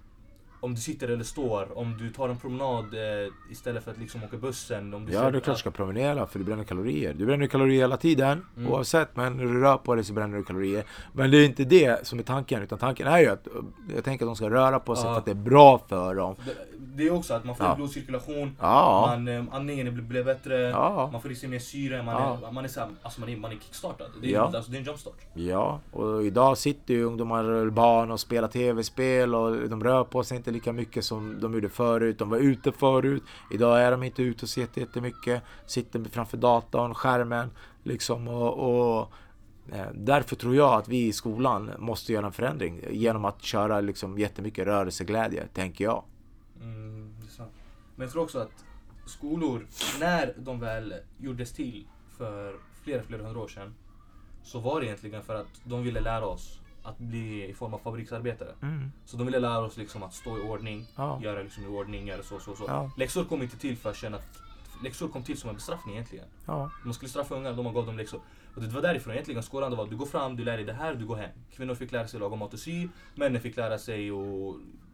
om du sitter eller står, om du tar en promenad eh, istället för att liksom åka bussen. Om du ja, du klart ska promenera för du bränner kalorier. Du bränner kalorier hela tiden, mm. oavsett, men när du rör på dig så bränner du kalorier. Men det är inte det som är tanken, utan tanken är ju att jag tänker att de ska röra på sig ja. för att det är bra för dem. Det, det är också att man får ja. blodcirkulation, ja. man, eh, andningen blir, blir bättre, ja. man får i sig mer syre, man ja. är, man är, så här, alltså man är, man är kickstartad. Det är, ja. alltså, det är en jumpstart. Ja, och idag sitter ju ungdomar och barn och spelar tv-spel och de rör på sig inte lika mycket som de gjorde förut. De var ute förut. Idag är de inte ute och ser jättemycket. Sitter framför datorn, skärmen liksom och, och eh, därför tror jag att vi i skolan måste göra en förändring genom att köra liksom jättemycket rörelseglädje, tänker jag. Mm, det är sant. Men jag tror också att skolor, när de väl gjordes till för flera, flera hundra år sedan, så var det egentligen för att de ville lära oss att bli i form av fabriksarbetare. Mm. Så de ville lära oss liksom att stå i ordning, ja. göra liksom i ordning, göra så, så, så. Ja. Läxor kom inte till för att känna att läxor kom till som en bestraffning egentligen. Ja. Man skulle straffa ungar, de gav dem läxor. Och det var därifrån egentligen skolan, det var du går fram, du lär dig det här, du går hem. Kvinnor fick lära sig laga mat och sy, männen fick lära sig att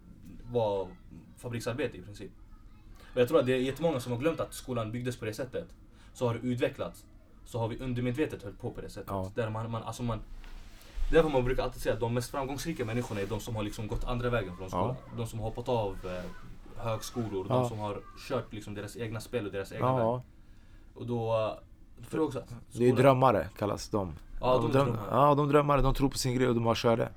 vara fabriksarbete i princip. Och jag tror att det är jättemånga som har glömt att skolan byggdes på det sättet. Så har det utvecklats. Så har vi undermedvetet höll på på det sättet. Ja. Där man, man, alltså man, därför man brukar alltid säga att de mest framgångsrika människorna är de som har liksom gått andra vägen från skolan. Ja. De som har hoppat av eh, högskolor, ja. de som har kört liksom deras egna spel och deras egna ja. väg. Och då för också att skolan, det är drömmare kallas de. Ja, de, de drömmare. Ja, de drömmare, de tror på sin grej och de bara kör det.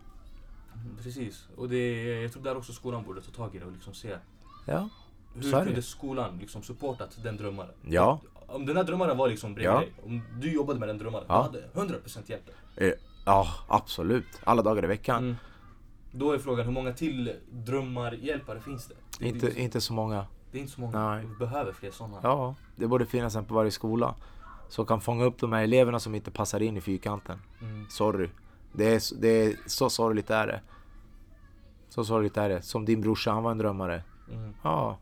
Precis. Och det, jag tror där också skolan borde ta tag i det och liksom se. Ja. Hur kunde skolan liksom supportat den drömmaren? Ja. Om den här drömmaren var liksom bredvid ja. dig, om du jobbade med den drömmaren, ja. du hade hundra procent hjälpt dig. Ja, absolut. Alla dagar i veckan. Mm. Då är frågan, hur många till drömmarhjälpare finns det? det inte, liksom, inte så många. Det är inte så många. Nej. Vi behöver fler sådana. Ja, det borde finnas en på varje skola. Så kan fånga upp de här eleverna som inte passar in i fyrkanten. Mm. Sorry. Det är, det är så sorgligt är det. Så sorgligt är det. Som din brorsa, han var en drömmare. Mm. Ja.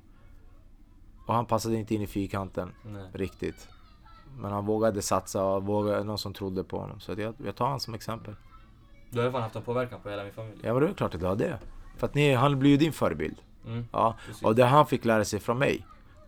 Och han passade inte in i fyrkanten. Nej. Riktigt. Men han vågade satsa och vågade, någon som trodde på honom. Så jag, jag tar han som exempel. Du har ju fan haft en påverkan på hela min familj. Ja, men det är klart att du har det. För att ni, han blir ju din förebild. Mm, ja. Och det han fick lära sig från mig.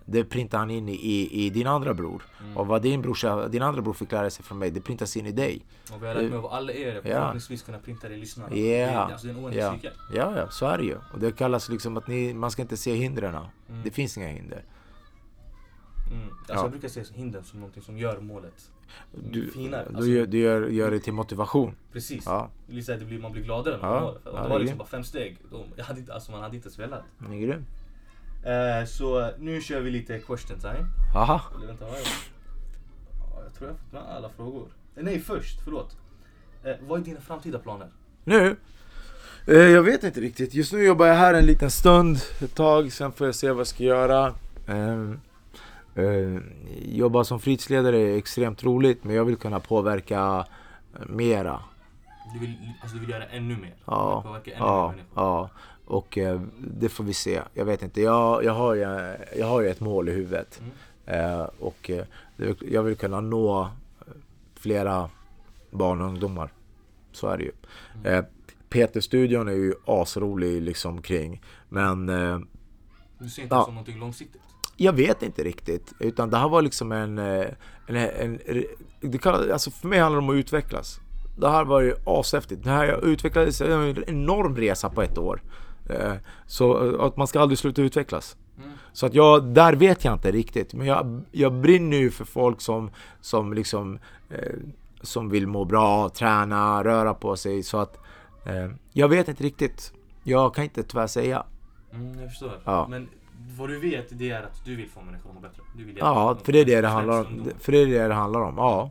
det printar han in i, i, i din andra bror. Mm. Och vad din, brorsa, din andra bror fick lära sig från mig, det printas in i dig. Och vi har lärt mig av alla er, ja. förhoppningsvis kunna printa det i lyssnarna. Yeah. Det, alltså det är en oändlig ja. cykel. Ja, ja, så är det ju. Och det kallas liksom att ni, man ska inte se hindren. Mm. Det finns inga hinder. Mm. Alltså ja. Jag brukar se hinder som någonting som gör målet du, finare. Alltså, du, gör, du gör, gör det till motivation. Precis. Ja. Det blir, man blir gladare när man ja. För, och ja, det var liksom bara fem steg. Jag hade inte, alltså man hade inte svällat. Det är grym. Uh, så nu kör vi lite question time. Aha. Eller vänta, vad är det? Jag tror jag har fått med alla frågor. Nej, först, förlåt. Uh, vad är dina framtida planer? Nu? Uh, jag vet inte riktigt. Just nu jobbar jag här en liten stund, ett tag. Sen får jag se vad jag ska göra. Uh, uh, jobba som fritidsledare är extremt roligt. Men jag vill kunna påverka mera. Du vill, alltså du vill göra ännu mer? Ja, påverka ännu ja, mer ja. Och eh, det får vi se. Jag vet inte. Jag, jag, har, ju, jag har ju ett mål i huvudet. Mm. Eh, och eh, jag vill kunna nå flera barn och ungdomar. Så är det ju. Mm. Eh, Peter-studion är ju asrolig liksom kring. Men... Eh, du ser inte ja, som någonting långsiktigt? Jag vet inte riktigt. Utan det här var liksom en... en, en, en det kan, alltså för mig handlar det om att utvecklas. Det här var ju ashäftigt. Det här jag utvecklades en enorm resa på ett år. Så att man ska aldrig sluta utvecklas. Mm. Så att jag, där vet jag inte riktigt. Men jag, jag brinner ju för folk som, som liksom eh, som vill må bra, träna, röra på sig. Så att eh, jag vet inte riktigt. Jag kan inte tyvärr säga. Mm, jag förstår. Ja. Men vad du vet, det är att du vill få människor att må bättre. Du vill ja, för det är det det handlar om. För det är det det handlar om, ja.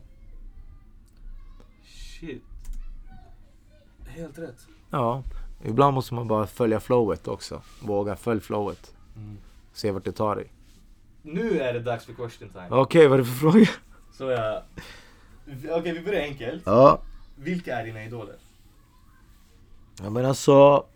Shit. Helt rätt. Ja. Ibland måste man bara följa flowet också. Våga följa flowet. Mm. Se vart det tar dig. Nu är det dags för question time. Okej, okay, vad är det för fråga? Så ja. Okej, okay, vi börjar enkelt. Ja. Vilka är dina idoler? Ja, men alltså...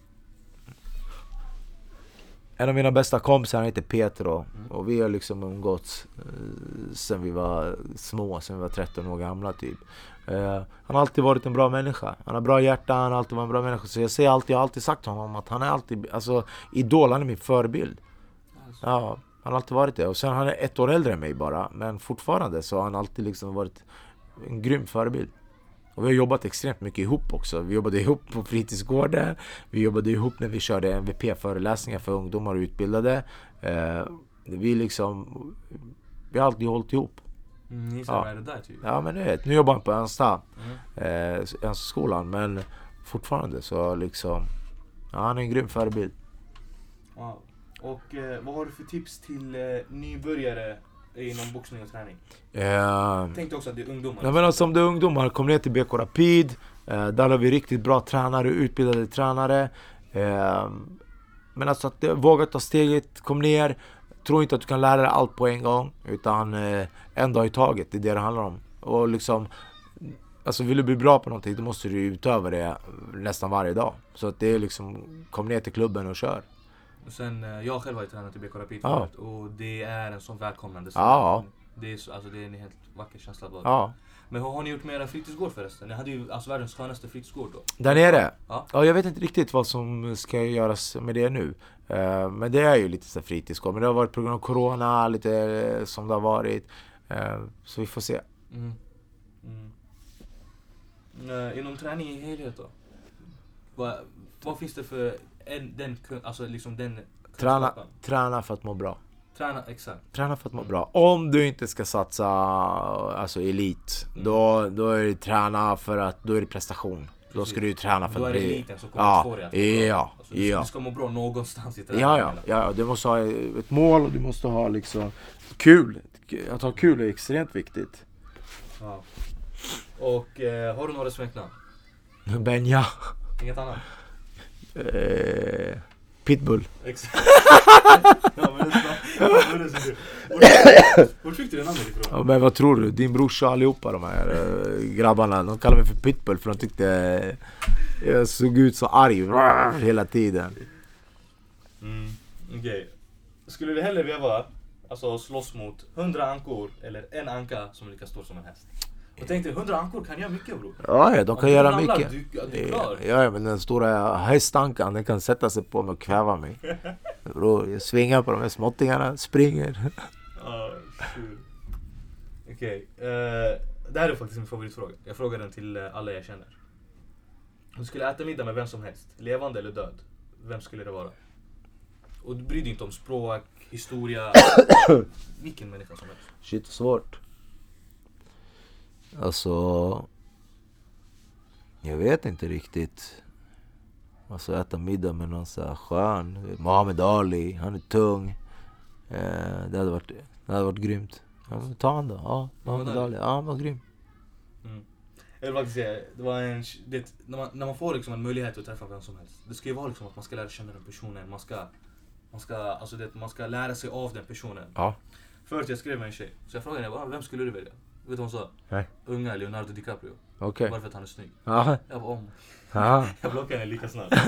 En av mina bästa kompisar heter Petro. Mm. Och vi har liksom umgåtts eh, sen vi var små, sen vi var tretton år gamla typ. Uh, han har alltid varit en bra människa. Han har bra hjärta, han har alltid varit en bra människa. Så jag säger alltid, jag har alltid sagt till honom att han är alltid, alltså idol, han är min förebild. Alltså. Ja, han har alltid varit det. Och sen han är ett år äldre än mig bara. Men fortfarande så har han alltid liksom varit en grym förebild. Och vi har jobbat extremt mycket ihop också. Vi jobbade ihop på fritidsgården. Vi jobbade ihop när vi körde M V P-föreläsningar för ungdomar och utbildade. Uh, vi liksom, vi har alltid hållit ihop. Mm, ni ja. Är det där typ. Ja, men nu, nu jobbar han på Önsta mm. eh, skolan, men fortfarande så liksom ja, han är en grym förebild. Wow. Och eh, vad har du för tips till eh, nybörjare inom boxning och träning? Eh, Tänkte också att det är ungdomar. Jag menar, som det är ungdomar, kom ner till B K Rapid. Eh, där har vi riktigt bra tränare, utbildade tränare. Eh, men alltså att eh, våga ta steget, kom ner. Tror inte att du kan lära dig allt på en gång, utan eh, en dag i taget, det är det det handlar om. Och liksom, alltså vill du bli bra på någonting, då måste du utöva det nästan varje dag. Så att det är liksom, kom ner till klubben och kör. Och sen, jag själv har ju tränat i B K Rapid ja. förut, och det är en sån välkomnande sak. Ja. Det är, så, alltså, det är en helt vacker känsla bara. Ja. Men har, har ni gjort med era fritidsgård förresten? Ni hade ju alltså världens skönaste fritidsgård då. Där nere? Ja. Ja, jag vet inte riktigt vad som ska göras med det nu. Uh, men det är ju lite så fritidsgård. Men det har varit på grund av corona, lite uh, som det har varit. Uh, så vi får se. Mm. Mm. Uh, inom träning i helhet då? Vad, vad finns det för en, den, alltså liksom den träna, träna för att må bra. Träna, exakt. Träna för att må bra. Om du inte ska satsa alltså elit, mm. då, då är det träna för att, då är det prestation. Precis. Då ska du träna för då att bli... bli... Då är det eliten som kommer ja, att få det. Ja, alltså, du, ja. Du ska må bra någonstans i träning. Ja, ja, ja. Du måste ha ett mål och du måste ha liksom kul. Att ha kul är extremt viktigt. Ja. Och eh, har du några smeknamn? Benja. Inget annat? Eh, Pitbull. Exakt. Ja, men det är så. Var fick du den namnet ifrån? Ja, men vad tror du? Din brorsa och allihopa de här äh, grabbarna, de kallar mig för Pitbull för de tyckte jag såg ut så arg hela tiden. Mm, okej. Okay. Skulle du hellre vilja alltså slåss mot hundra ankor eller en anka som är lika stor som en häst? Och tänkte, hundra ankor kan göra mycket, bro. Ja, ja, de kan göra ramlar, mycket. Du, du ja, ja, men den stora hästankan, den kan sätta sig på mig och kväva mig. bror, jag svingar på de här småttingarna, springer. Ja, okej. Okay. Uh, det här är faktiskt min favoritfråga. Jag frågar den till uh, alla jag känner. Om du skulle äta middag med vem som helst, levande eller död, vem skulle det vara? Och du bryr dig inte om språk, historia, vilken människa som helst. Shit, svårt. Alltså, jag vet inte riktigt. Alltså äta middag med någon så här skön. Muhammad Ali, han är tung. Eh, det hade varit, det hade varit grymt. Ja, ta han då. Ja, Muhammad Ali. Ja, han var grym. Mm. Jag vill faktiskt säga, det var en, det, när, man, när man får liksom en möjlighet att träffa vem som helst. Det ska ju vara liksom att man ska lära känna den personen. Man ska, man ska, alltså det, man ska lära sig av den personen. Ja. Förut jag skrev med en tjej, så jag frågade henne, vem skulle du välja? Vet du vad hon sa? Nej. Unga Leonardo DiCaprio. Okej. Okay. Bara för att han är snygg. Aha. Jag bara, om. Aha. Jag blockade henne lika snabbt. uh,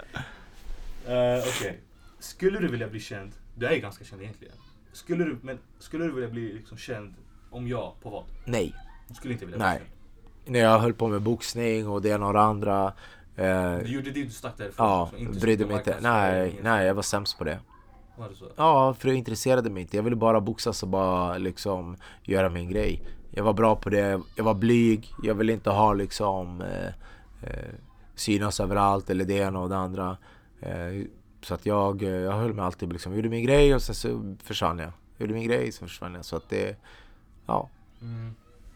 Okej. Okay. Skulle du vilja bli känd? Du är ju ganska känd egentligen. Skulle du, men skulle du vilja bli liksom känd om jag på vad? Nej. Du skulle inte vilja Nej. bli känd? När jag höll på med boxning och det är några andra. Eh, du gjorde det, du stack därifrån. Ja, inte brydde mig inte. Nej, nej, jag var sämst på det. Var det så? Ja, för jag intresserade mig inte. Jag ville bara boxas och bara liksom göra min grej. Jag var bra på det. Jag var blyg. Jag ville inte ha liksom eh, eh, synas överallt eller det ena och det andra. Eh, så att jag, jag höll mig alltid liksom, gjorde min grej och sen så försvann jag. Gjorde min grej så försvann jag. Så att det, ja. Mm.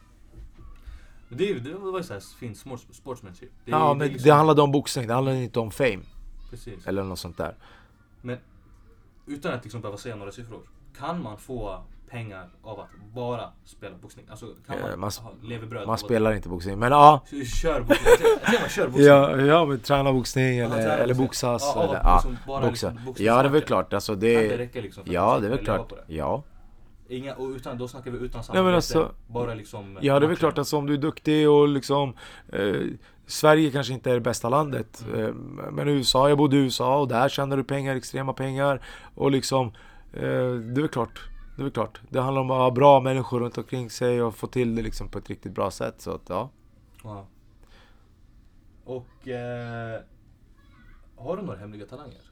Det, det var ju så här fint sportsmanship. Det, ja, det, men liksom... det handlade om boxning. Det handlade inte om fame. Precis. Eller något sånt där. Men utan att liksom behöva säga några siffror, kan man få pengar av att bara spela boxning? Alltså kan man, ja, man ha levebröd? Man spelar inte boxning, men ja. Så kör boxning. Jag säger man kör boxning. Ja, ja, men träna boxning eller, träna eller boxning. boxas Ja, eller ja, liksom ja, bara boxa. liksom boxning. Ja, det är väl klart. Alltså det, kan det räcka liksom för ja, att det är väl klart. på det? Ja. Inga, och utan, då snackar vi utan Nej, men alltså, bara liksom. Ja, det är väl klart att alltså, om du är duktig och liksom eh, Sverige kanske inte är det bästa landet, mm. eh, men U S A, jag bodde i U S A och där tjänar du pengar, extrema pengar och liksom eh, det är väl klart. Det är väl klart. Det handlar om att ha bra människor runt omkring sig och få till det liksom på ett riktigt bra sätt, så att ja. Ja. Och eh, har du några hemliga talanger?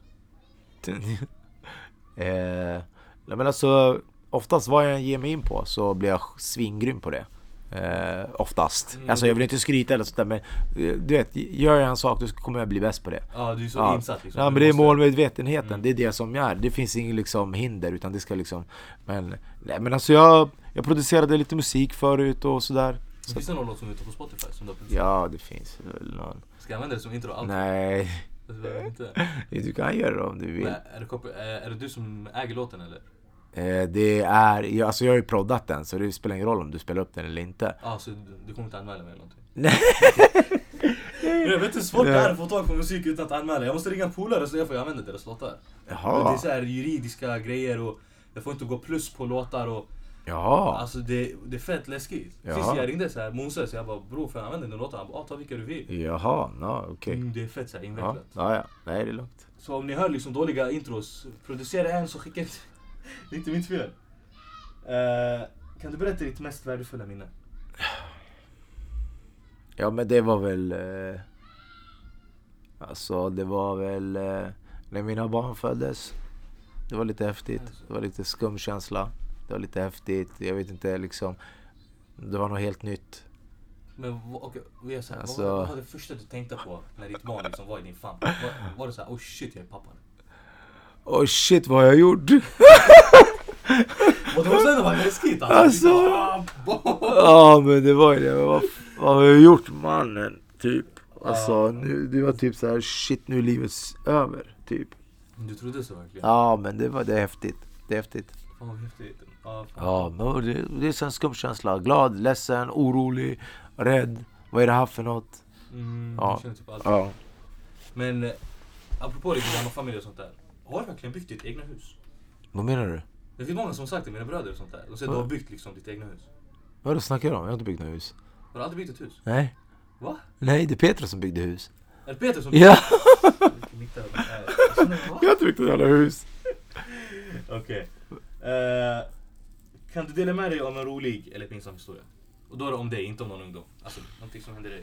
eh, nej, men alltså oftast vad jag ger mig in på så blir jag svingrym på det. Eh, oftast. Mm. Alltså jag vill inte skryta eller sånt där, men du vet, gör jag en sak då kommer jag bli bäst på det. Ja, du är så ja. insatt liksom. Ja, men det är målmedvetenheten. Mm. Det är det som jag är. Det finns ingen liksom hinder, utan det ska liksom, men nej, men alltså jag jag producerade lite musik förut och sådär. Så. Finns det någon låt som är ute på Spotify som du har producerat? Ja, det finns väl någon. Ska jag använda det som intro allt? Nej. Inte. Du kan göra det om du vill. Men är det koppl- är det du som äger låten eller? Eh, det är, jag, alltså jag har ju proddat den, så det spelar ingen roll om du spelar upp den eller inte. Ja, ah, så du, du kommer inte anmäla mig eller någonting? Nej. Jag vet inte hur svårt det är att få tag på musik utan att anmäla. Jag måste ringa en polare så jag får använda deras låtar. Jaha. Det är så här juridiska grejer och jag får inte gå plus på låtar och jaha. Alltså det, det är fett läskigt. Precis, jag ringde så här Moses, jag bara bror får jag använda den låten? Han bara ah, ta vilka du vill. Jaha, no, okej. Okay. Mm, det är fett så här invecklat. Ja, ja, nej det är lugnt. Så om ni hör liksom dåliga intros, producera en så skicka inte. Det är inte mitt fel. Uh, kan du berätta ditt mest värdefulla minne? Ja, men det var väl eh, alltså det var väl eh, när mina barn föddes. Det var lite häftigt. Det var lite skumkänsla. Det var lite häftigt. Jag vet inte liksom. Det var något helt nytt. Men okej, okay, så här, alltså, vad, vad var det första du tänkte på när ditt barn liksom var i din famn? Var, var det så här, oh shit, jag är pappa nu? Oh shit, vad har jag gjort? Och det var så det var läskigt alltså. Ja, men det var ju det. Vad, vad har jag gjort, mannen? Typ. Alltså, nu, det var typ så här, shit, nu är livet över, typ. Du trodde så verkligen? Ja, men det var det är häftigt. Det är häftigt. Fan vad häftigt. Ja, ja, men det, det är en skumkänsla. Glad, ledsen, orolig, rädd. Vad är det här för något? Mm, ja. Jag känner typ allt. Ja. Men eh, apropå det med familj och sånt där. Har du verkligen byggt ditt egna hus? Vad menar du? Det finns många som sagt det, mina bröder och sånt där. De säger att du har byggt liksom ditt egna hus. Vad du snackar om? Jag har inte byggt något hus. Har du aldrig byggt ett hus? Nej. Va? Nej, det är Petra som byggde hus. Är det Petra som byggde hus? Ja! Jag har inte byggt ett jävla hus. Okej. Okay. Uh, kan du dela med dig om en rolig eller pinsam historia? Och då är det om dig, inte om någon ungdom. Alltså, någonting som händer dig.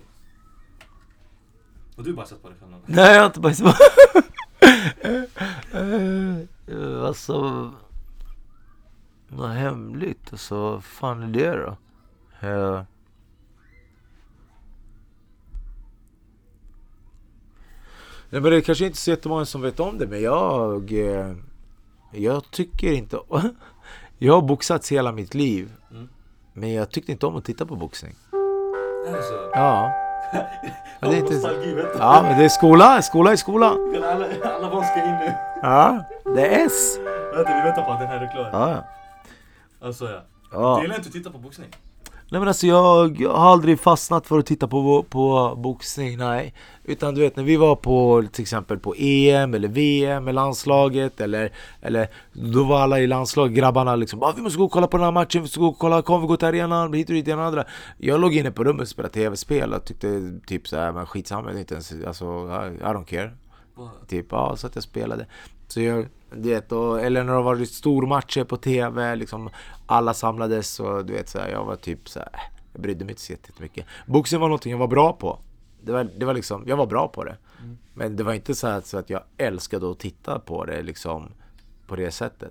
Och du bara sett på dig själv någon gång? Nej, jag har inte bara sett på. Så fan är det då? Uh, Nej, men det är kanske inte så jättemånga som vet om det, men jag jag tycker inte jag har boxats hela mitt liv, mm. men jag tyckte inte om att titta på boxning. Alltså. Ja. Ja, det är inte... ja, men det är skola, skola i skola. Alla, alla barn ska in nu. Ja, det är S. Vänta, vi väntar på att den här är klar. Ja. Alltså ja. Ja. Det gillar inte att titta på boxning. Nej, men alltså jag har aldrig fastnat för att titta på, på boxning, nej. Utan du vet, när vi var på till exempel på E M eller V M med landslaget eller, eller då var alla i landslag, grabbarna liksom, ah, vi måste gå och kolla på den här matchen, vi måste gå och kolla, kom vi gå till arenan, hit och dit den andra. Jag låg inne på rummet och spelade tv-spel och tyckte typ såhär, men skitsamma, inte ens, alltså, I don't care. Wow. Typ, ja, så att jag spelade. Så jag, du vet, och, eller när det var stor matcher på tv, liksom alla samlades och du vet så här, jag var typ så här, jag brydde mig inte så jättemycket. Boxning var någonting jag var bra på. Det var, det var liksom, jag var bra på det. Mm. Men det var inte så, här, så att jag älskade att titta på det liksom på det sättet.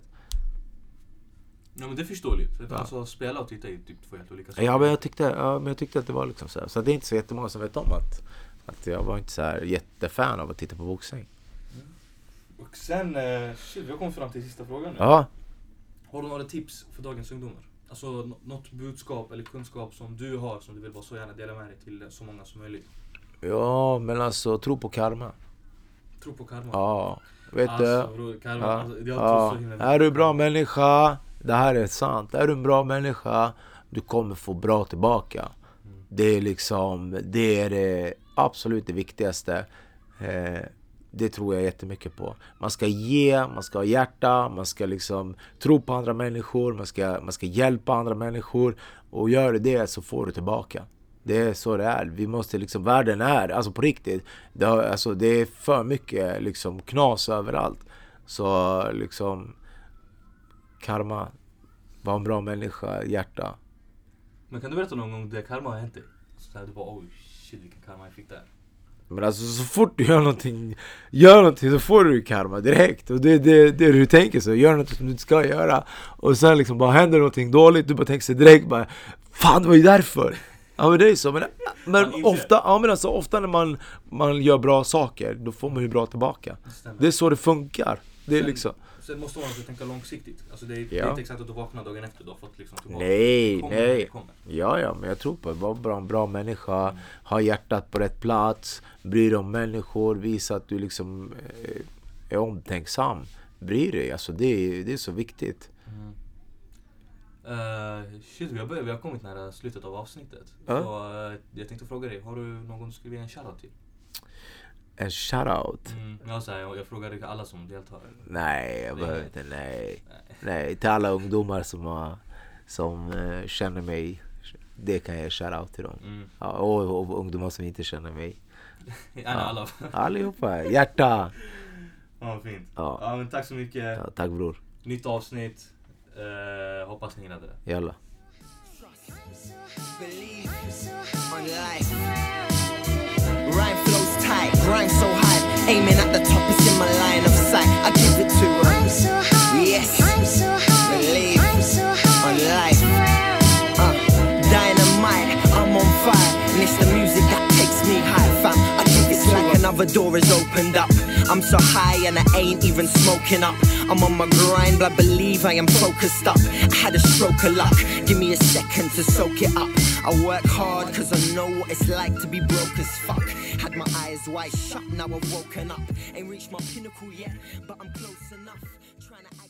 Ja, men det är förståeligt. För att ja. Alltså spela och titta är typ två helt olika saker. Ja, men jag tyckte, ja, men jag tyckte att det var liksom så här. Så det är inte så jättemånga som vet om att, att jag var inte så här jättefan av att titta på boxning. Och sen, eh, shit, vi har kommit fram till sista frågan nu. Ja. Har du några tips för dagens ungdomar? Alltså n- något budskap eller kunskap som du har som du vill vara så gärna dela med dig till så många som möjligt? Ja, men alltså tro på karma. Tro på karma? Ja, vet alltså, du? Bro, karma, ja. Alltså, jag ja. tror så himla Är du en bra människa? Det här är sant. Är du en bra människa? Du kommer få bra tillbaka. Mm. Det är liksom, det är det absolut det viktigaste. Eh, Det tror jag jättemycket på. Man ska ge, man ska ha hjärta, man ska liksom tro på andra människor, man ska, man ska hjälpa andra människor. Och gör du det så får du tillbaka. Det är så det är. Vi måste liksom, världen är, alltså på riktigt, det, har, alltså, det är för mycket liksom knas överallt. Så liksom, karma, var en bra människa, hjärta. Men kan du berätta någon gång det karma har hänt dig? Så här, du bara, oj shit vilken karma jag fick där. Men alltså så fort du gör någonting Gör någonting så får du karma direkt. Och det är det, det du tänker så. Gör något som du inte ska göra. Och sen liksom bara händer någonting dåligt. Du bara tänker sig direkt bara, fan det var ju därför. Ja men det är så. Men, men ofta ja, men alltså, ofta när man, man gör bra saker, då får man ju bra tillbaka. Det, det är så det funkar. Det är sen, liksom sen måste man också tänka långsiktigt. Alltså det är, ja. det är inte exakt att du vaknar dagen efter. Du har fått liksom tillbaka. Nej, nej. Ja, ja, men jag tror på att vara bra, en bra människa. Mm. Ha hjärtat på rätt plats. Bry dig om människor. Visa att du liksom eh, är omtänksam. Bry dig, alltså det är, det är så viktigt. Mm. Uh, shit, vi har, börjat, vi har kommit nära slutet av avsnittet. Uh. Så uh, jag tänkte fråga dig, har du någon du skulle vilja en shoutout till? En shoutout? Mm, jag, så här, jag, jag frågar alla som deltar. Nej, jag behöver inte, nej. nej. Nej, till alla ungdomar som, har, som uh, känner mig, det kan jag shoutout till dem. Mm. Ja, och, och ungdomar som inte känner mig. ja, alla. Allihopa, hjärta. Ja, fint. Ja. Ja, men tack så mycket. Ja, tack bror. Nytt avsnitt. Uh, hoppas ni gillade det. Jalla. Rhyme flows tight, rhyme so high, aiming at the top, it's in my line of sight. I give it to her. Yes, believe on life. Uh, dynamite, I'm on fire, and it's the music that takes me high, fam. I give it to like another door is opened up. I'm so high and I ain't even smoking up. I'm on my grind, but I believe I am focused up. I had a stroke of luck, give me a second to soak it up. I work hard cause I know what it's like to be broke as fuck. Had my eyes wide shut, now I've woken up. Ain't reached my pinnacle yet, but I'm close enough. Trying to